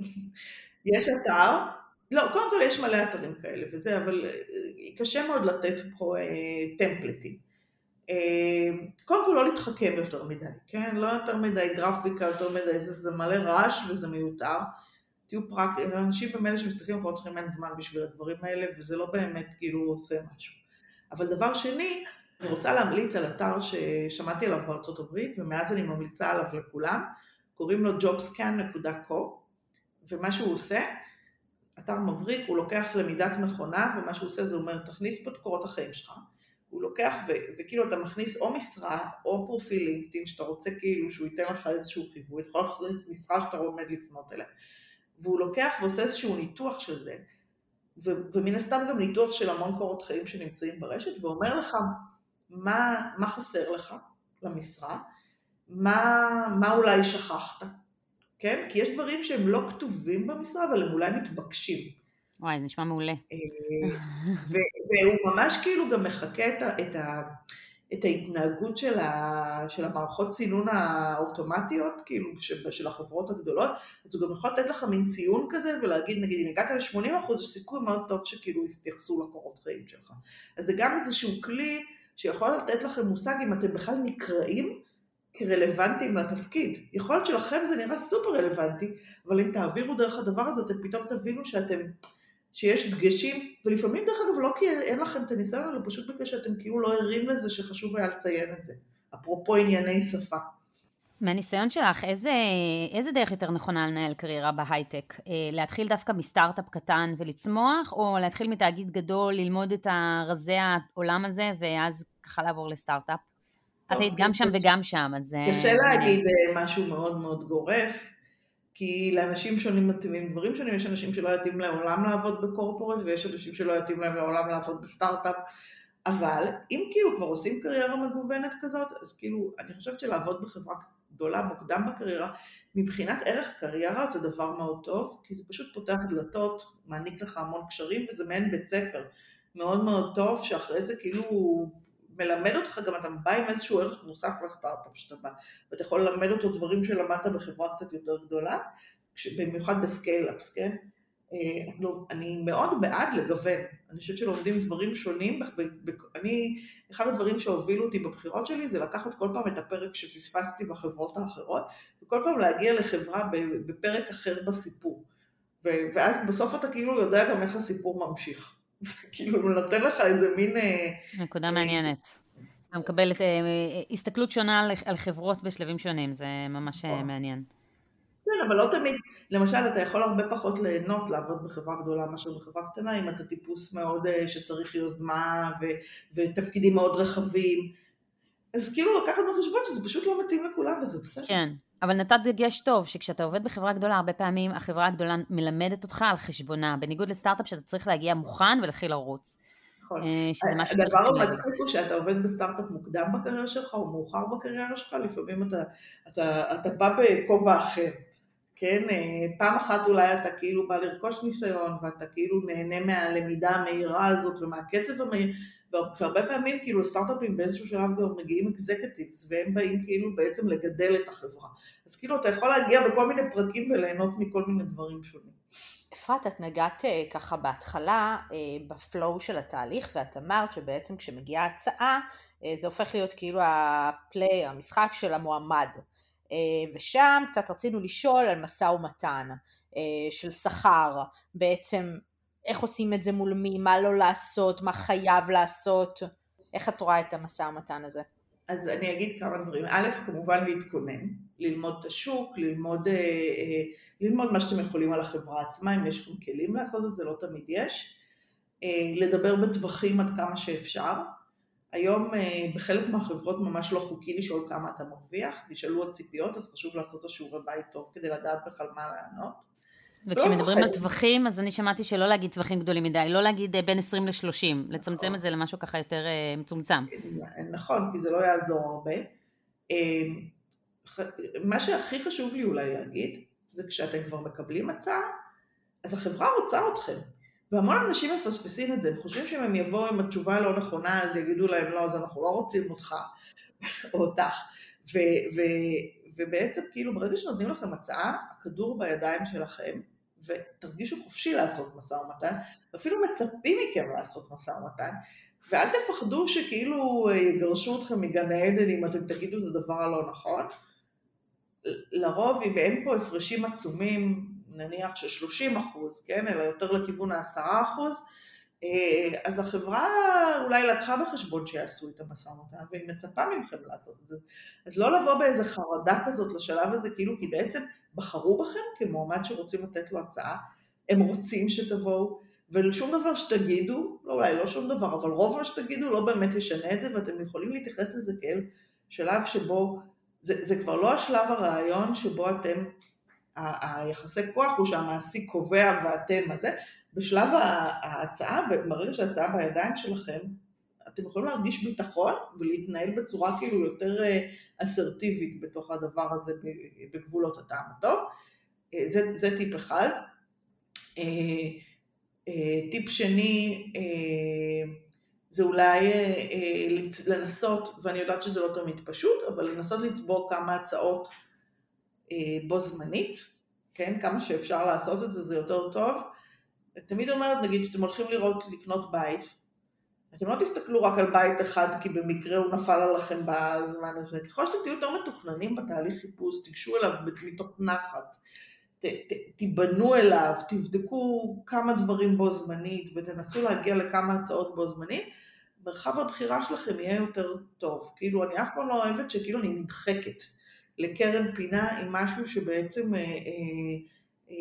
יש אתר, לא, קודם כל יש מלא אתרים כאלה וזה, אבל קשה מאוד לתת פה טמפלטים. קודם כל לא להתחכם יותר מדי, כן? לא יותר מדי גרפיקה, יותר מדי, זה, זה מלא רעש וזה מיותר. תהיו פרקטיים, אנשים במילא שמסתכלים על קורות חיים אין זמן בשביל הדברים האלה, וזה לא באמת כאילו עושה משהו. אבל דבר שני, אני רוצה להמליץ על אתר ששמעתי עליו בארצות הברית, ומאז אני ממליצה עליו לכולם, קוראים לו ג'ובסקן דוט קו, ומה שהוא עושה, אתר מבריק, הוא לוקח למידת מכונה, ומה שהוא עושה זה אומר, תכניס פה את קורות החיים שלך, הוא לוקח ו- וכאילו אתה מכניס או משרה או פרופיל לינקדאין שאתה רוצה כאילו שהוא ייתן לך איזשהו חיווי, אתה יכול להכניס משרה שאתה עומד לפנות אליה, והוא לוקח ועושה איזשהו ניתוח של זה, ו- ומן הסתם גם ניתוח של המון קורות חיים שנמצאים ברשת, ואומר לך מה, מה חסר לך למשרה, מה, מה אולי שכחת, כן? כי יש דברים שהם לא כתובים במשרה, אבל הם אולי מתבקשים. וואי, זה נשמע מעולה. והוא ממש כאילו גם מחכה את, ה, את, ה, את ההתנהגות של, ה, של המערכות סינון האוטומטיות, כאילו של, של החברות הגדולות, אז הוא גם יכול לתת לך מין ציון כזה, ולהגיד, נגיד, אם הגעת ל-שמונים אחוז, יש סיכוי מאוד טוב שכאילו יסתייחסו לקורות חיים שלך. אז זה גם איזשהו כלי שיכול לתת לכם מושג אם אתם בכלל נקראים כרלוונטיים לתפקיד. יכול להיות שלכם זה נראה סופר רלוונטי, אבל אם תעבירו דרך הדבר הזה, אתם פתאום תבינו שאתם... שיש דגשים, ולפעמים דרך אגב לא כי אין לכם את הניסיון, אלא פשוט בגלל שאתם כאילו לא ערים לזה שחשוב היה לציין את זה, אפרופו ענייני שפה. מהניסיון שלך, איזה, איזה דרך יותר נכונה לנהל קריירה בהייטק? להתחיל דווקא מסטארט-אפ קטן ולצמוח, או להתחיל מתאגיד גדול, ללמוד את הרזי העולם הזה, ואז ככה לעבור לסטארט-אפ? את היית גם שם וגם שם, אז... קשה להגיד משהו מאוד מאוד גורף, כי לאנשים שונים מתאימים דברים שונים, יש אנשים שלא יתאים לעולם לעבוד בקורפורט, ויש אנשים שלא יתאים להם לעולם לעבוד בסטארט-אפ, אבל אם כאילו כבר עושים קריירה מגוונת כזאת, אז כאילו אני חושבת שלעבוד בחברה גדולה מוקדם בקריירה, מבחינת ערך קריירה זה דבר מאוד טוב, כי זה פשוט פותח דלתות, מעניק לך המון קשרים, וזה מעין בית ספר מאוד מאוד טוב, שאחרי זה כאילו מלמד אותך, גם אתה בא עם איזשהו ערך מוסף לסטארט-אפ שאתה בא, ואתה יכול ללמד אותו דברים שלמדת בחברה קצת יותר גדולה, במיוחד בסקייל-אפס, כן? אני מאוד בעד לגוון, אני חושבת שלומדים דברים שונים, אני, אחד הדברים שהובילו אותי בבחירות שלי, זה לקחת כל פעם את הפרק שפספסתי בחברות האחרות, וכל פעם להגיע לחברה בפרק אחר בסיפור, ואז בסוף אתה כאילו יודע גם איך הסיפור ממשיך. כאילו נותן לך איזה מין... נקודה מעניינת. אתה מקבל את הסתכלות שונה על חברות בשלבים שונים, זה ממש מעניין. כן, אבל לא תמיד, למשל אתה יכול הרבה פחות ליהנות לעבוד בחברה גדולה מאשר בחברה קטנה, אם אתה טיפוס מאוד שצריך יוזמה ותפקידים מאוד רחבים, אז כאילו לקחת בחשבון שזה פשוט לא מתאים לכולם וזה בסדר. כן. אבל נתת דגש טוב, שכשאתה עובד בחברה גדולה, הרבה פעמים החברה הגדולה מלמדת אותך על חשבונה, בניגוד לסטארט-אפ שאתה צריך להגיע מוכן ולהתחיל לרוץ. נכון. שזה משהו שצריך הדבר לשים לב. המצחיק הוא שאתה עובד בסטארט-אפ מוקדם בקריירה שלך, או מאוחר בקריירה שלך, לפעמים אתה, אתה, אתה בא בכובע אחר. כן, פעם אחת אולי אתה כאילו בא לרכוש ניסיון, ואתה כאילו נהנה מהלמידה המהירה הזאת, ומהקצב המהיר, והרבה פעמים כאילו סטארט-אפים באיזשהו שלב גם מגיעים אקזקטיבס, והם באים כאילו בעצם לגדל את החברה. אז כאילו אתה יכול להגיע בכל מיני פרקים וליהנות מכל מיני דברים שונים. אפרת, את נגעת ככה בהתחלה בפלואו של התהליך, ואת אמרת שבעצם כשמגיעה הצעה, זה הופך להיות כאילו הפליי, המשחק של המועמד. ושם קצת רצינו לשאול על משא ומתן של שכר, בעצם איך עושים את זה מול מי, מה לא לעשות, מה חייב לעשות, איך את רואה את המשא ומתן הזה? אז אני אגיד כמה דברים. א', כמובן להתכונן, ללמוד את השוק, ללמוד, ללמוד מה שאתם יכולים על החברה עצמה, אם יש לכם כלים לעשות את זה, לא תמיד יש. לדבר בטווחים עד כמה שאפשר. היום בחלק מהחברות ממש לא חוקי לשאול כמה אתה מרוויח, נשאלו עוד ציפיות, אז חשוב לעשות את השיעורי בית טוב כדי לדעת בכלל מה לענות. וכשמדברים על טווחים, אז אני שמעתי שלא להגיד טווחים גדולים מדי, לא להגיד בין עשרים לשלושים, לצמצם את זה למשהו ככה יותר מצומצם. נכון, כי זה לא יעזור הרבה. מה שהכי חשוב לי אולי להגיד, זה כשאתם כבר מקבלים הצעה, אז החברה רוצה אתכם. והמון אנשים מפספסים את זה, הם חושבים שאם הם יבואו עם התשובה הלא נכונה, אז יגידו להם, לא, אז אנחנו לא רוצים אותך או אותך. ו- ו- ובעצם, כאילו, ברגע שנותנים לכם הצעה, הכדור בידיים שלכם, ותרגישו חופשי לעשות משא ומתן, ואפילו מצפים מכם לעשות משא ומתן, ואל תפחדו שכאילו יגרשו אתכם מגן העדן אם אתם תגידו את הדבר הלא נכון. לרוב, אם אין פה הפרשים עצומים, נניח של שלושים אחוז, כן, אלא יותר לכיוון ה-עשרה אחוז, אז החברה אולי לקחה בחשבון שיעשו את המשא ומתן, והיא מצפה מכם לעשות את זה. אז לא לבוא באיזה חרדה כזאת לשלב הזה, כאילו, כי בעצם בחרו בכם כמועמד שרוצים לתת לו הצעה, הם רוצים שתבואו, ושום דבר שתגידו, לא אולי לא שום דבר, אבל רוב מה שתגידו לא באמת ישנה את זה, ואתם יכולים להתייחס לזה כאל שלב שבו, זה, זה כבר לא השלב הרעיון שבו אתם, היחסי כוח הוא שהמעסיק קובע ואתם, אז זה, בשלב ההצעה, ברגע שההצעה בידיים שלכם, אתם יכולים להרגיש ביטחון ולהתנהל בצורה כאילו יותר אסרטיבית בתוך הדבר הזה בגבולות הטעם הטוב. זה, זה טיפ אחד. טיפ שני, זה אולי לנסות, ואני יודעת שזה לא תמיד פשוט, אבל לנסות לצבור כמה הצעות בו זמנית, כן? כמה שאפשר לעשות את זה, זה יותר טוב. אני תמיד אומרת, נגיד, שאתם הולכים לראות, לקנות בית, אתם לא תסתכלו רק על בית אחד, כי במקרה הוא נפל עליכם בזמן הזה. ככל שאתם תהיו יותר מתוכננים בתהליך חיפוש, תיגשו אליו מתוך נחת, ת, ת, תיבנו אליו, תבדקו כמה דברים בו זמנית, ותנסו להגיע לכמה הצעות בו זמנית, מרחב הבחירה שלכם יהיה יותר טוב. כאילו, אני אף פעם לא אוהבת שכאילו אני נדחקת לקרן פינה עם משהו שבעצם... אה, אה,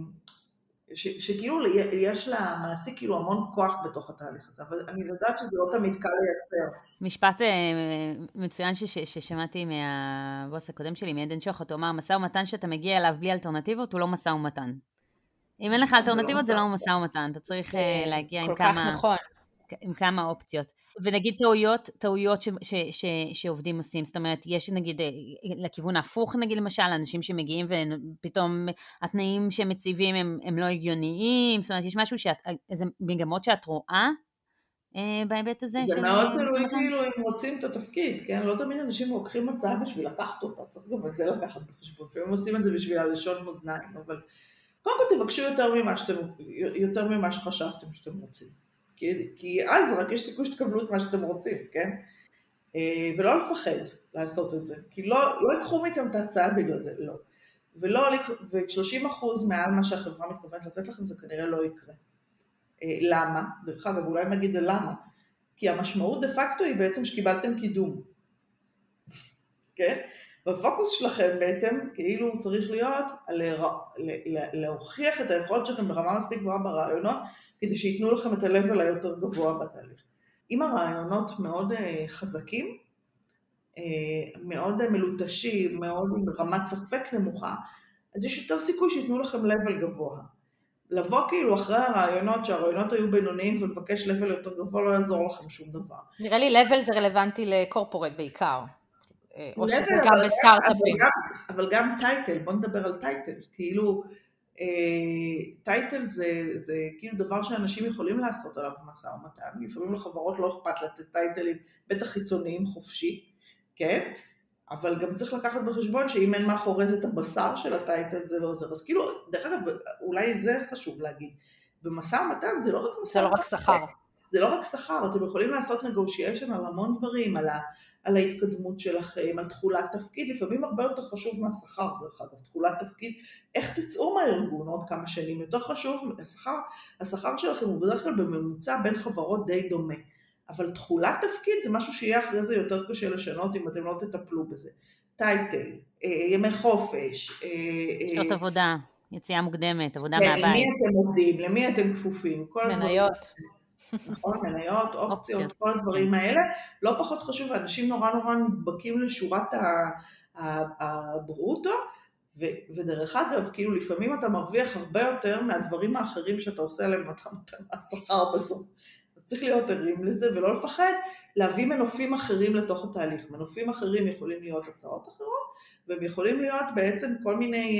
ש, שכאילו יש למעסיק כאילו המון כוח בתוך התהליך הזה, אבל אני יודעת שזה לא תמיד קל לייצר. משפט מצוין ש, ש, ששמעתי מהבוס הקודם שלי, מעדן שוחט, הוא אמר, משא ומתן שאתה מגיע אליו בלי אלטרנטיבות, הוא לא משא ומתן. אם אין לך אלטרנטיבות, זה לא משא ומתן, אתה צריך להגיע עם כמה, נכון. עם כמה אופציות. ונגיד טעויות, טעויות ש, ש, ש, שעובדים עושים, זאת אומרת, יש נגיד, לכיוון ההפוך נגיד למשל, אנשים שמגיעים ופתאום התנאים שהם מציבים הם, הם לא הגיוניים, זאת אומרת, יש משהו שאת, איזה מגמות שאת רואה אה, בהיבט הזה? זה מאוד תלוי כאילו אם רוצים את התפקיד, כן? לא תמיד אנשים לוקחים הצעה בשביל לקחת אותה, צריך גם את זה לקחת בחשבון, והם עושים את זה בשביל הלשון מאזניים, אבל קודם כל תבקשו יותר ממה שאתם, יותר ממה שחשבתם שאתם רוצים. כי, כי אז רק יש סיכוי שתקבלו את מה שאתם רוצים, כן? ולא לפחד לעשות את זה, כי לא, לא יקחו מכם את ההצעה בגלל זה, לא. ולא, ו-שלושים אחוז מעל מה שהחברה מתכוונת לתת לכם, זה כנראה לא יקרה. למה? דרך אגב, אולי נגיד למה? כי המשמעות דה פקטו היא בעצם שקיבלתם קידום. כן? והפוקוס שלכם בעצם כאילו צריך להיות להוכיח את היכולת שלכם ברמה מספיק גבוהה ברעיונות, כדי שיתנו לכם את ה-level היותר גבוה בתהליך. אם הרעיונות מאוד חזקים, מאוד מלוטשים, מאוד ברמת ספק נמוכה, אז יש יותר סיכוי שיתנו לכם level גבוה. לבוא כאילו אחרי הרעיונות, שהרעיונות היו בינוניים ולבקש לבל יותר גבוה, לא יעזור לכם שום דבר. נראה לי לבל זה רלוונטי לקורפורט בעיקר, או שזה level, גם אבל בסטארט-אפים. גם- אבל גם טייטל, בוא נדבר על טייטל, כאילו טייטל זה, זה כאילו דבר שאנשים יכולים לעשות עליו משא ומתן, לפעמים לחברות לא אכפת לתת טייטלים, בטח חיצוניים חופשי, כן? אבל גם צריך לקחת בחשבון שאם אין מאחורי זה את הבשר של הטייטל זה לא עוזר, אז כאילו, דרך אגב, אולי זה חשוב להגיד, במשא ומתן זה לא רק משא זה לא רק שכר. זה לא רק שכר, אתם יכולים לעשות negotiation על המון דברים, על, ה, על ההתקדמות שלכם, על תחולת תפקיד, לפעמים הרבה יותר חשוב מהשכר, דרך אגב, תחולת תפקיד, איך תצאו מהארגון עוד כמה שנים, יותר חשוב, השכר, השכר שלכם הוא בדרך כלל בממוצע בין חברות די דומה, אבל תחולת תפקיד זה משהו שיהיה אחרי זה יותר קשה לשנות אם אתם לא תטפלו בזה. טייטל, ימי חופש, שעות עבודה, יציאה מוקדמת, עבודה כן, מהבית. למי אתם עובדים, למי אתם כפופים, כל מניות. נכון, מניות, אופציות, כל הדברים האלה, לא פחות חשוב, אנשים נורא נורא נדבקים לשורת הברוטו, ודרך אגב, כאילו לפעמים אתה מרוויח הרבה יותר מהדברים האחרים שאתה עושה להם מהשכר בזו. אז צריך להיות ערים לזה ולא לפחד, להביא מנופים אחרים לתוך התהליך. מנופים אחרים יכולים להיות הצעות אחרות, והם יכולים להיות בעצם כל מיני,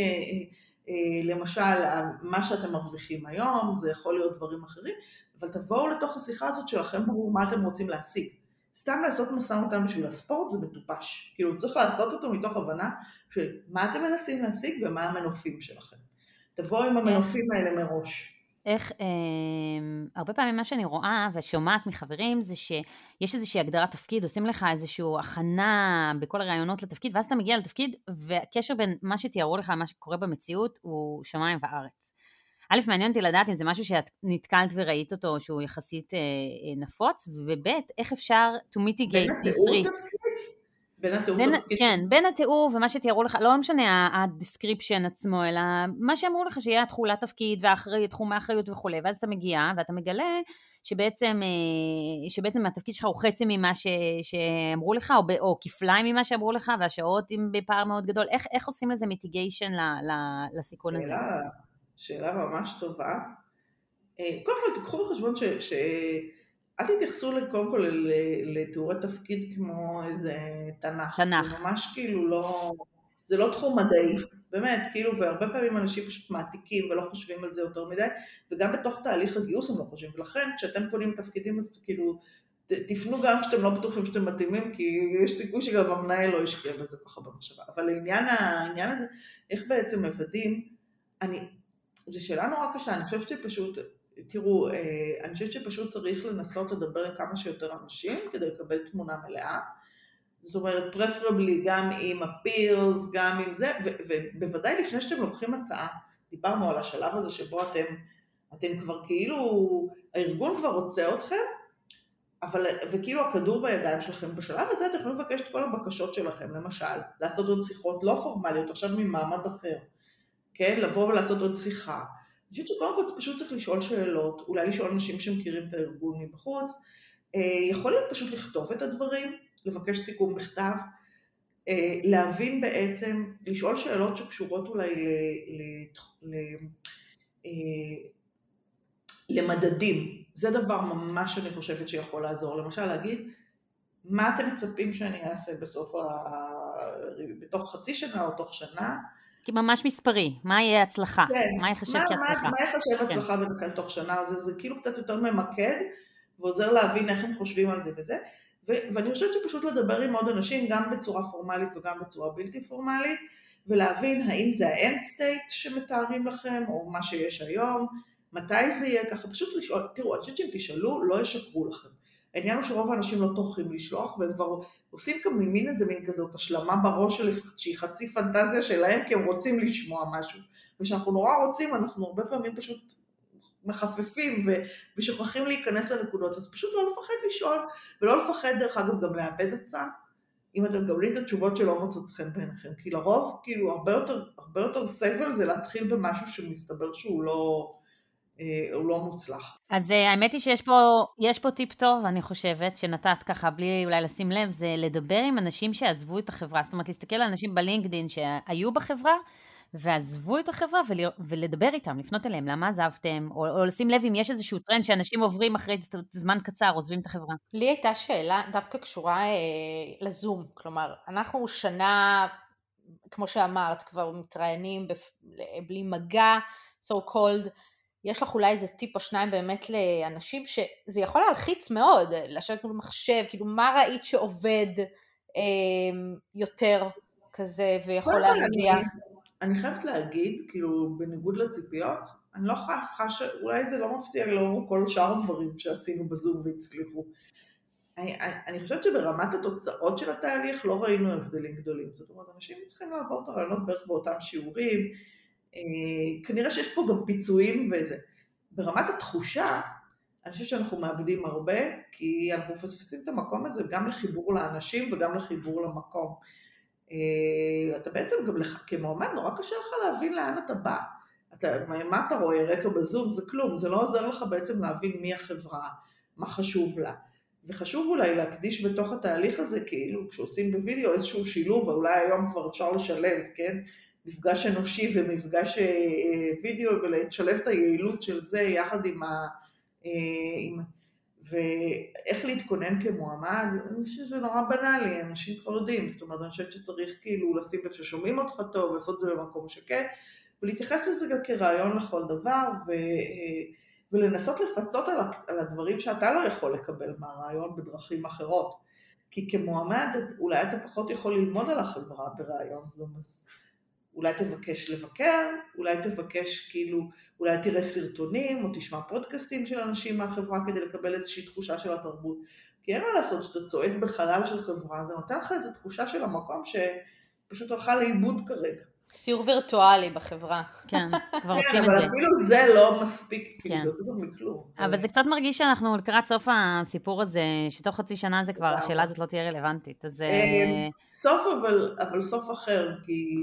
למשל, מה שאתם מרוויחים היום, זה יכול להיות דברים אחרים, אבל תבואו לתוך השיחה הזאת שלכם ברור מה אתם רוצים להשיג. סתם לעשות משא ומתן בשביל הספורט זה מטופש. כאילו צריך לעשות אותו מתוך הבנה של מה אתם מנסים להשיג ומה המנופים שלכם. תבואו עם המנופים האלה מראש. איך, אה, הרבה פעמים מה שאני רואה ושומעת מחברים זה שיש איזושהי הגדרת תפקיד, עושים לך איזושהי הכנה בכל הרעיונות לתפקיד, ואז אתה מגיע לתפקיד, והקשר בין מה שתיארו לך למה שקורה במציאות הוא שמיים וארץ. א', מעניין אותי לדעת אם זה משהו שאת נתקלת וראית אותו, שהוא יחסית אה, נפוץ, וב', איך אפשר to mitigate this risk. בין התיאור בין, תפקיד. כן, בין התיאור ומה שתיארו לך, לא משנה הדיסקריפשן עצמו, אלא מה שאמרו לך שיהיה תחולת תפקיד והאחריות, תחום האחריות וכו', ואז אתה מגיע ואתה מגלה שבעצם, שבעצם התפקיד שלך הוא חצי ממה ש, שאמרו לך, או, או כפליים ממה שאמרו לך, והשעות עם בפער מאוד גדול. איך, איך עושים לזה מיטיגיישן ל, ל, לסיכון שאלה, הזה? שאלה ממש טובה. קודם כל תקחו בחשבון ש... ש... אל תתייחסו קודם כל לתיאורי תפקיד כמו איזה תנ"ך. תנ"ך. זה ממש כאילו לא, זה לא תחום מדעי, באמת, כאילו, והרבה פעמים אנשים פשוט מעתיקים ולא חושבים על זה יותר מדי, וגם בתוך תהליך הגיוס הם לא חושבים, ולכן כשאתם פונים תפקידים, אז כאילו, תפנו גם כשאתם לא בטוחים שאתם מתאימים, כי יש סיכוי שגם המנהל לא ישקיע בזה ככה במחשבה. אבל לעניין העניין הזה, איך בעצם מבדים, אני, זו שאלה נורא קשה, אני חושבת שפשוט, תראו, אני חושבת שפשוט צריך לנסות לדבר עם כמה שיותר אנשים כדי לקבל תמונה מלאה. זאת אומרת, פרפרבלי גם עם הפירס, גם עם זה, ובוודאי לפני שאתם לוקחים הצעה, דיברנו על השלב הזה שבו אתם, אתם כבר כאילו, הארגון כבר רוצה אתכם, אבל, וכאילו הכדור בידיים שלכם, בשלב הזה אתם יכולים לבקש את כל הבקשות שלכם, למשל, לעשות עוד שיחות לא פורמליות, עכשיו ממעמד אחר, כן? לבוא ולעשות עוד שיחה. אני חושבת שקודם כל פשוט צריך לשאול שאלות, אולי לשאול אנשים שמכירים את הארגון מבחוץ, יכול להיות פשוט לכתוב את הדברים, לבקש סיכום בכתב, להבין בעצם, לשאול שאלות שקשורות אולי ל, ל, ל, למדדים. זה דבר ממש שאני חושבת שיכול לעזור. למשל להגיד, מה אתם מצפים שאני אעשה בסוף, ה... בתוך חצי שנה או תוך שנה? כי ממש מספרי, מה יהיה הצלחה? כן. מה יחשב מה, כהצלחה? מה יחשב כן. הצלחה ביניכם תוך שנה? זה, זה כאילו קצת יותר ממקד, ועוזר להבין איך הם חושבים על זה וזה. ו- ואני חושבת שפשוט לדבר עם עוד אנשים, גם בצורה פורמלית וגם בצורה בלתי פורמלית, ולהבין האם זה האנד סטייט שמתארים לכם, או מה שיש היום, מתי זה יהיה, ככה פשוט לשאול, תראו, אני חושבת שאם תשאלו, לא ישקרו לכם. העניין הוא שרוב האנשים לא טורחים לשלוח, והם כבר עושים גם ממין איזה מין כזאת השלמה בראש של, שהיא חצי פנטזיה שלהם, כי הם רוצים לשמוע משהו. ושאנחנו נורא רוצים, אנחנו הרבה פעמים פשוט מחפפים ו- ושוכחים להיכנס לנקודות, אז פשוט לא לפחד לשאול, ולא לפחד דרך אגב גם לאבד הצעה, אם אתם מקבלים את התשובות שלא מוצאות חן בעיניכם, כי לרוב כאילו הרבה יותר, הרבה יותר סבל זה להתחיל במשהו שמסתבר שהוא לא, אה, הוא לא מוצלח. אז האמת היא שיש פה, יש פה טיפ טוב, אני חושבת, שנתת ככה בלי אולי לשים לב, זה לדבר עם אנשים שעזבו את החברה, זאת אומרת להסתכל על אנשים בלינקדין שהיו בחברה, ועזבו את החברה ולדבר איתם, לפנות אליהם, למה עזבתם, או, או לשים לב אם יש איזשהו טרנד שאנשים עוברים אחרי זמן קצר, עוזבים את החברה. לי הייתה שאלה דווקא קשורה אה, לזום, כלומר, אנחנו שנה, כמו שאמרת, כבר מתראיינים בפ... בלי מגע, so called, יש לך אולי איזה טיפ או שניים באמת לאנשים שזה יכול להלחיץ מאוד, לשבת במחשב, כאילו מה ראית שעובד אה, יותר כזה ויכול להרגיע? אני, אני חייבת להגיד, כאילו בניגוד לציפיות, אני לא חשה, אולי זה לא מפתיע לאור כל שאר הדברים שעשינו בזום והצליחו. אני, אני חושבת שברמת התוצאות של התהליך לא ראינו הבדלים גדולים, זאת אומרת, אנשים צריכים לעבור את הרעיונות בערך באותם שיעורים, כנראה שיש פה גם פיצויים וזה. ברמת התחושה, אני חושבת שאנחנו מאבדים הרבה, כי אנחנו מפספסים את המקום הזה גם לחיבור לאנשים וגם לחיבור למקום. אתה בעצם גם כמועמד נורא קשה לך להבין לאן אתה בא. אתה, מה אתה רואה רקע בזום? זה כלום, זה לא עוזר לך בעצם להבין מי החברה, מה חשוב לה. וחשוב אולי להקדיש בתוך התהליך הזה, כאילו כשעושים בווידאו איזשהו שילוב, ואולי היום כבר אפשר לשלב, כן? מפגש אנושי ומפגש וידאו, ולשלב את היעילות של זה יחד עם ה... עם... ואיך להתכונן כמועמד, אני חושבת שזה נורא בנאלי, אנשים כבר יודעים, זאת אומרת, אני חושבת שצריך כאילו לשים לב ששומעים אותך טוב, לעשות את זה במקום שקט, ולהתייחס לזה גם כרעיון לכל דבר, ו... ולנסות לפצות על הדברים שאתה לא יכול לקבל מהרעיון בדרכים אחרות. כי כמועמד, אולי אתה פחות יכול ללמוד על החברה ברעיון זום, אז אולי תבקש לבקר, אולי תבקש כאילו, אולי תראה סרטונים, או תשמע פודקאסטים של אנשים מהחברה, כדי לקבל איזושהי תחושה של התרבות. כי אין מה לעשות שאתה צועד בחלל של חברה, זה נותן לך איזו תחושה של המקום שפשוט הלכה לאיבוד כרגע. סיור וירטואלי בחברה. כן, כבר עושים את זה. אבל זה. אפילו זה לא מספיק, כאילו זה לא מכלום. אבל זה קצת מרגיש שאנחנו לקראת סוף הסיפור הזה, שתוך חצי שנה זה כבר, השאלה הזאת לא תהיה רלוונטית. סוף, אבל סוף אחר,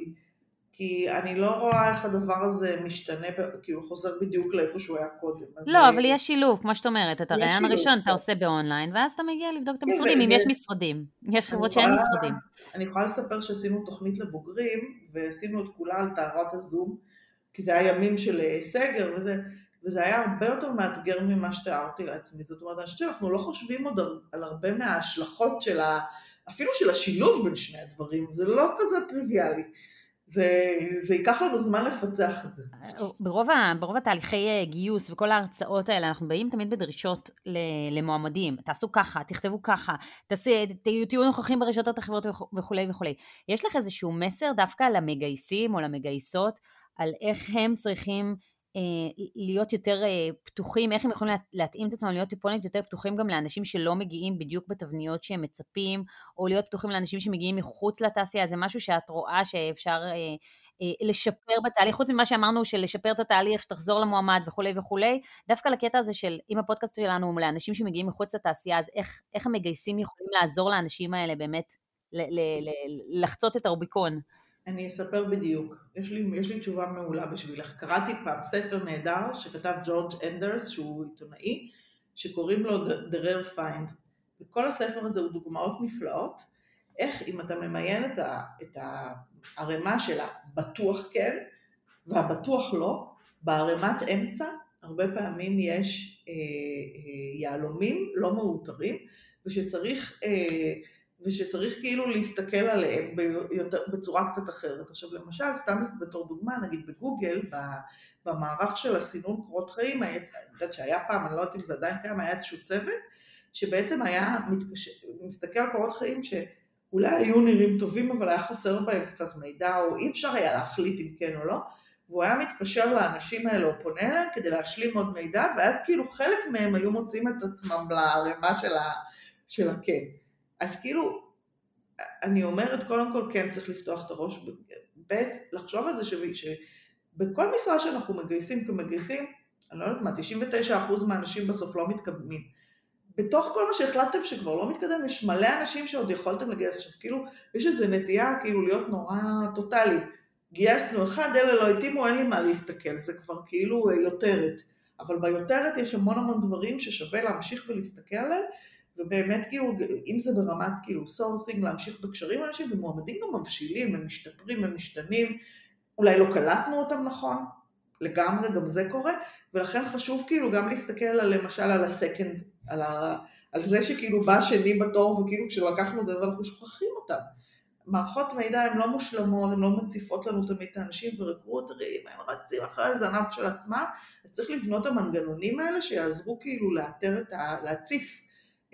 כי אני לא רואה איך הדבר הזה משתנה, כאילו חוזר בדיוק לאיפה שהוא היה קודם. לא, אבל יש שילוב, כמו שאת אומרת, את הרעיון הראשון אתה עושה באונליין, ואז אתה מגיע לבדוק את המשרדים, אם יש משרדים. יש חברות שאין משרדים. אני יכולה לספר שעשינו תוכנית לבוגרים, ועשינו את כולה על טהרת הזום, כי זה היה ימים של סגר וזה, וזה היה הרבה יותר מאתגר ממה שתיארתי לעצמי. זאת אומרת, אני חושבת שאנחנו לא חושבים עוד על הרבה מההשלכות של ה... אפילו של השילוב בין שני הדברים, זה לא כזה טריוויאלי. זה, זה ייקח לנו זמן לפצח את זה. ברוב, ה, ברוב התהליכי גיוס וכל ההרצאות האלה, אנחנו באים תמיד בדרישות למועמדים. תעשו ככה, תכתבו ככה, תהיו נוכחים ברשתות החברות וכו' וכו'. יש לך איזשהו מסר דווקא למגייסים או למגייסות, על איך הם צריכים להיות יותר פתוחים, איך הם יכולים להתאים את עצמם, להיות טיפונת יותר פתוחים גם לאנשים שלא מגיעים בדיוק בתבניות שהם מצפים, או להיות פתוחים לאנשים שמגיעים מחוץ לתעשייה, זה משהו שאת רואה שאפשר לשפר בתהליך, חוץ ממה שאמרנו של לשפר את התהליך, שתחזור למועמד וכו' וכו', דווקא לקטע הזה של, אם הפודקאסט שלנו הוא לאנשים שמגיעים מחוץ לתעשייה, אז איך, איך המגייסים יכולים לעזור לאנשים האלה באמת לחצות את הרוביקון? אני אספר בדיוק, יש לי, יש לי תשובה מעולה בשבילך. קראתי פעם ספר נהדר שכתב ג'ורג' אנדרס, שהוא עיתונאי, שקוראים לו The Rare Find. וכל הספר הזה הוא דוגמאות נפלאות, איך אם אתה ממיין את, ה, את הערימה של הבטוח כן, והבטוח לא, בערימת אמצע, הרבה פעמים יש אה, אה, יעלומים לא מאותרים, ושצריך... אה, ושצריך כאילו להסתכל עליהם בצורה קצת אחרת. עכשיו למשל, סתם בתור דוגמה, נגיד בגוגל, במערך של הסינון קורות חיים, אני יודעת שהיה פעם, אני לא יודעת אם זה עדיין קיים, היה איזשהו צוות, שבעצם היה מסתכל על קורות חיים שאולי היו נראים טובים, אבל היה חסר בהם קצת מידע, או אי אפשר היה להחליט אם כן או לא, והוא היה מתקשר לאנשים האלה או פונה אליהם כדי להשלים עוד מידע, ואז כאילו חלק מהם היו מוצאים את עצמם לערימה של, ה, של הכן. אז כאילו, אני אומרת, קודם כל כן צריך לפתוח את הראש, ב' לחשוב על זה שבכל משרה שאנחנו מגייסים כמגייסים, אני לא יודעת מה, תשעים ותשעה אחוז מהאנשים בסוף לא מתקדמים. בתוך כל מה שהחלטתם שכבר לא מתקדם, יש מלא אנשים שעוד יכולתם לגייס. עכשיו, כאילו, יש איזו נטייה כאילו להיות נורא טוטלי. גייסנו אחד, אלה לא התאימו, אין לי מה להסתכל, זה כבר כאילו יותרת. אבל ביותרת יש המון המון דברים ששווה להמשיך ולהסתכל עליהם, ובאמת כאילו, אם זה ברמת כאילו סורסינג, להמשיך בקשרים אנשים, ומועמדים גם מבשילים, הם משתפרים, הם משתנים, אולי לא קלטנו אותם נכון, לגמרי, גם זה קורה, ולכן חשוב כאילו גם להסתכל על, למשל על הסקנד, על, ה, על זה שכאילו בא שני בתור, וכאילו כשלקחנו דבר אנחנו שוכחים אותם. מערכות מידע הן לא מושלמות, הן לא מציפות לנו תמיד את האנשים, ורקרוטרים, הם רצים אחרי הזנב של עצמם, אז צריך לבנות את המנגנונים האלה, שיעזרו כאילו לאתר את ה... להציף אה,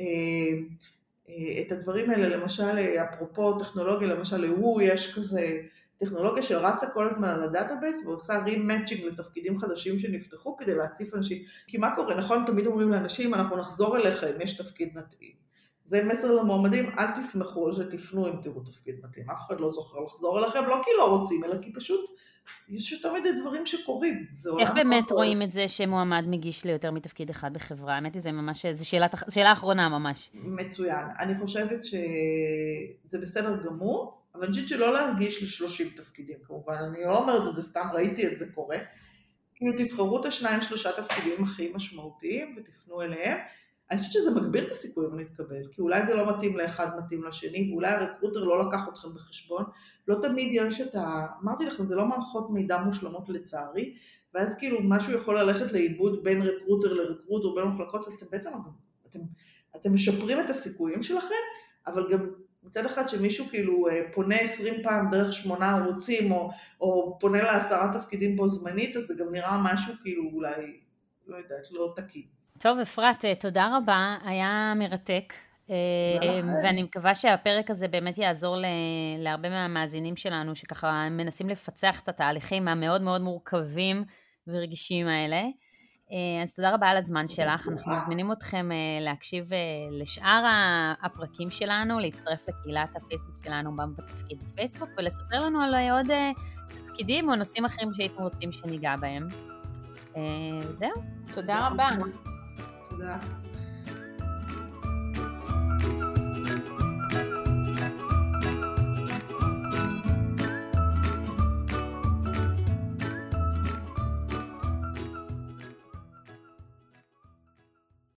אה, את הדברים האלה, למשל, אפרופו טכנולוגיה, למשל, הוא יש כזה טכנולוגיה שרצה כל הזמן על הדאטאבייס, ועושה רימאצ'ינג לתפקידים חדשים שנפתחו, כדי להציף אנשים. כי מה קורה? נכון, תמיד אומרים לאנשים, אנחנו נחזור אליך אם יש תפקיד מתאים. זה מסר למועמדים, אל תסמכו על זה, תפנו אם תראו תפקיד מתאים. אף אחד לא זוכר לחזור אליכם, לא כי לא רוצים, אלא כי פשוט יש יותר מדי דברים שקורים. איך באמת רואים את זה שמועמד מגיש ליותר מתפקיד אחד בחברה? האמת היא, זה ממש, זו שאלה, שאלה אחרונה ממש. מצוין. אני חושבת שזה בסדר גמור, אבל אני חושבת שלא להגיש ל-שלושים תפקידים, כמובן. אני לא אומרת את זה, סתם ראיתי את זה קורה. כאילו תבחרו את השניים, שלושה תפקידים הכי משמעותיים ותפנו אליהם. אני חושבת שזה מגביר את הסיכויים להתקבל, כי אולי זה לא מתאים לאחד, מתאים לשני, ואולי הרקרוטר לא לקח אתכם בחשבון, לא תמיד יש את ה... אמרתי לכם, זה לא מערכות מידע מושלמות לצערי, ואז כאילו משהו יכול ללכת לאיבוד בין רקרוטר לרקרוטר, בין מחלקות, אז אתם בעצם, אתם, אתם משפרים את הסיכויים שלכם, אבל גם מצד אחד שמישהו כאילו פונה עשרים פעם דרך שמונה ערוצים, או, או פונה לעשרה תפקידים בו זמנית, אז זה גם נראה משהו כאילו אולי, לא יודעת, לא תקין. טוב, אפרת, תודה רבה, היה מרתק, ואני מקווה שהפרק הזה באמת יעזור להרבה מהמאזינים שלנו, שככה מנסים לפצח את התהליכים המאוד מאוד מורכבים ורגישים האלה. אז תודה רבה על הזמן שלך, אנחנו מזמינים אתכם להקשיב לשאר הפרקים שלנו, להצטרף לקהילת הפייסבוק שלנו בתפקיד בפייסבוק, ולספר לנו על עוד תפקידים או נושאים אחרים שהייתם רוצים שניגע בהם. זהו. תודה רבה. תודה.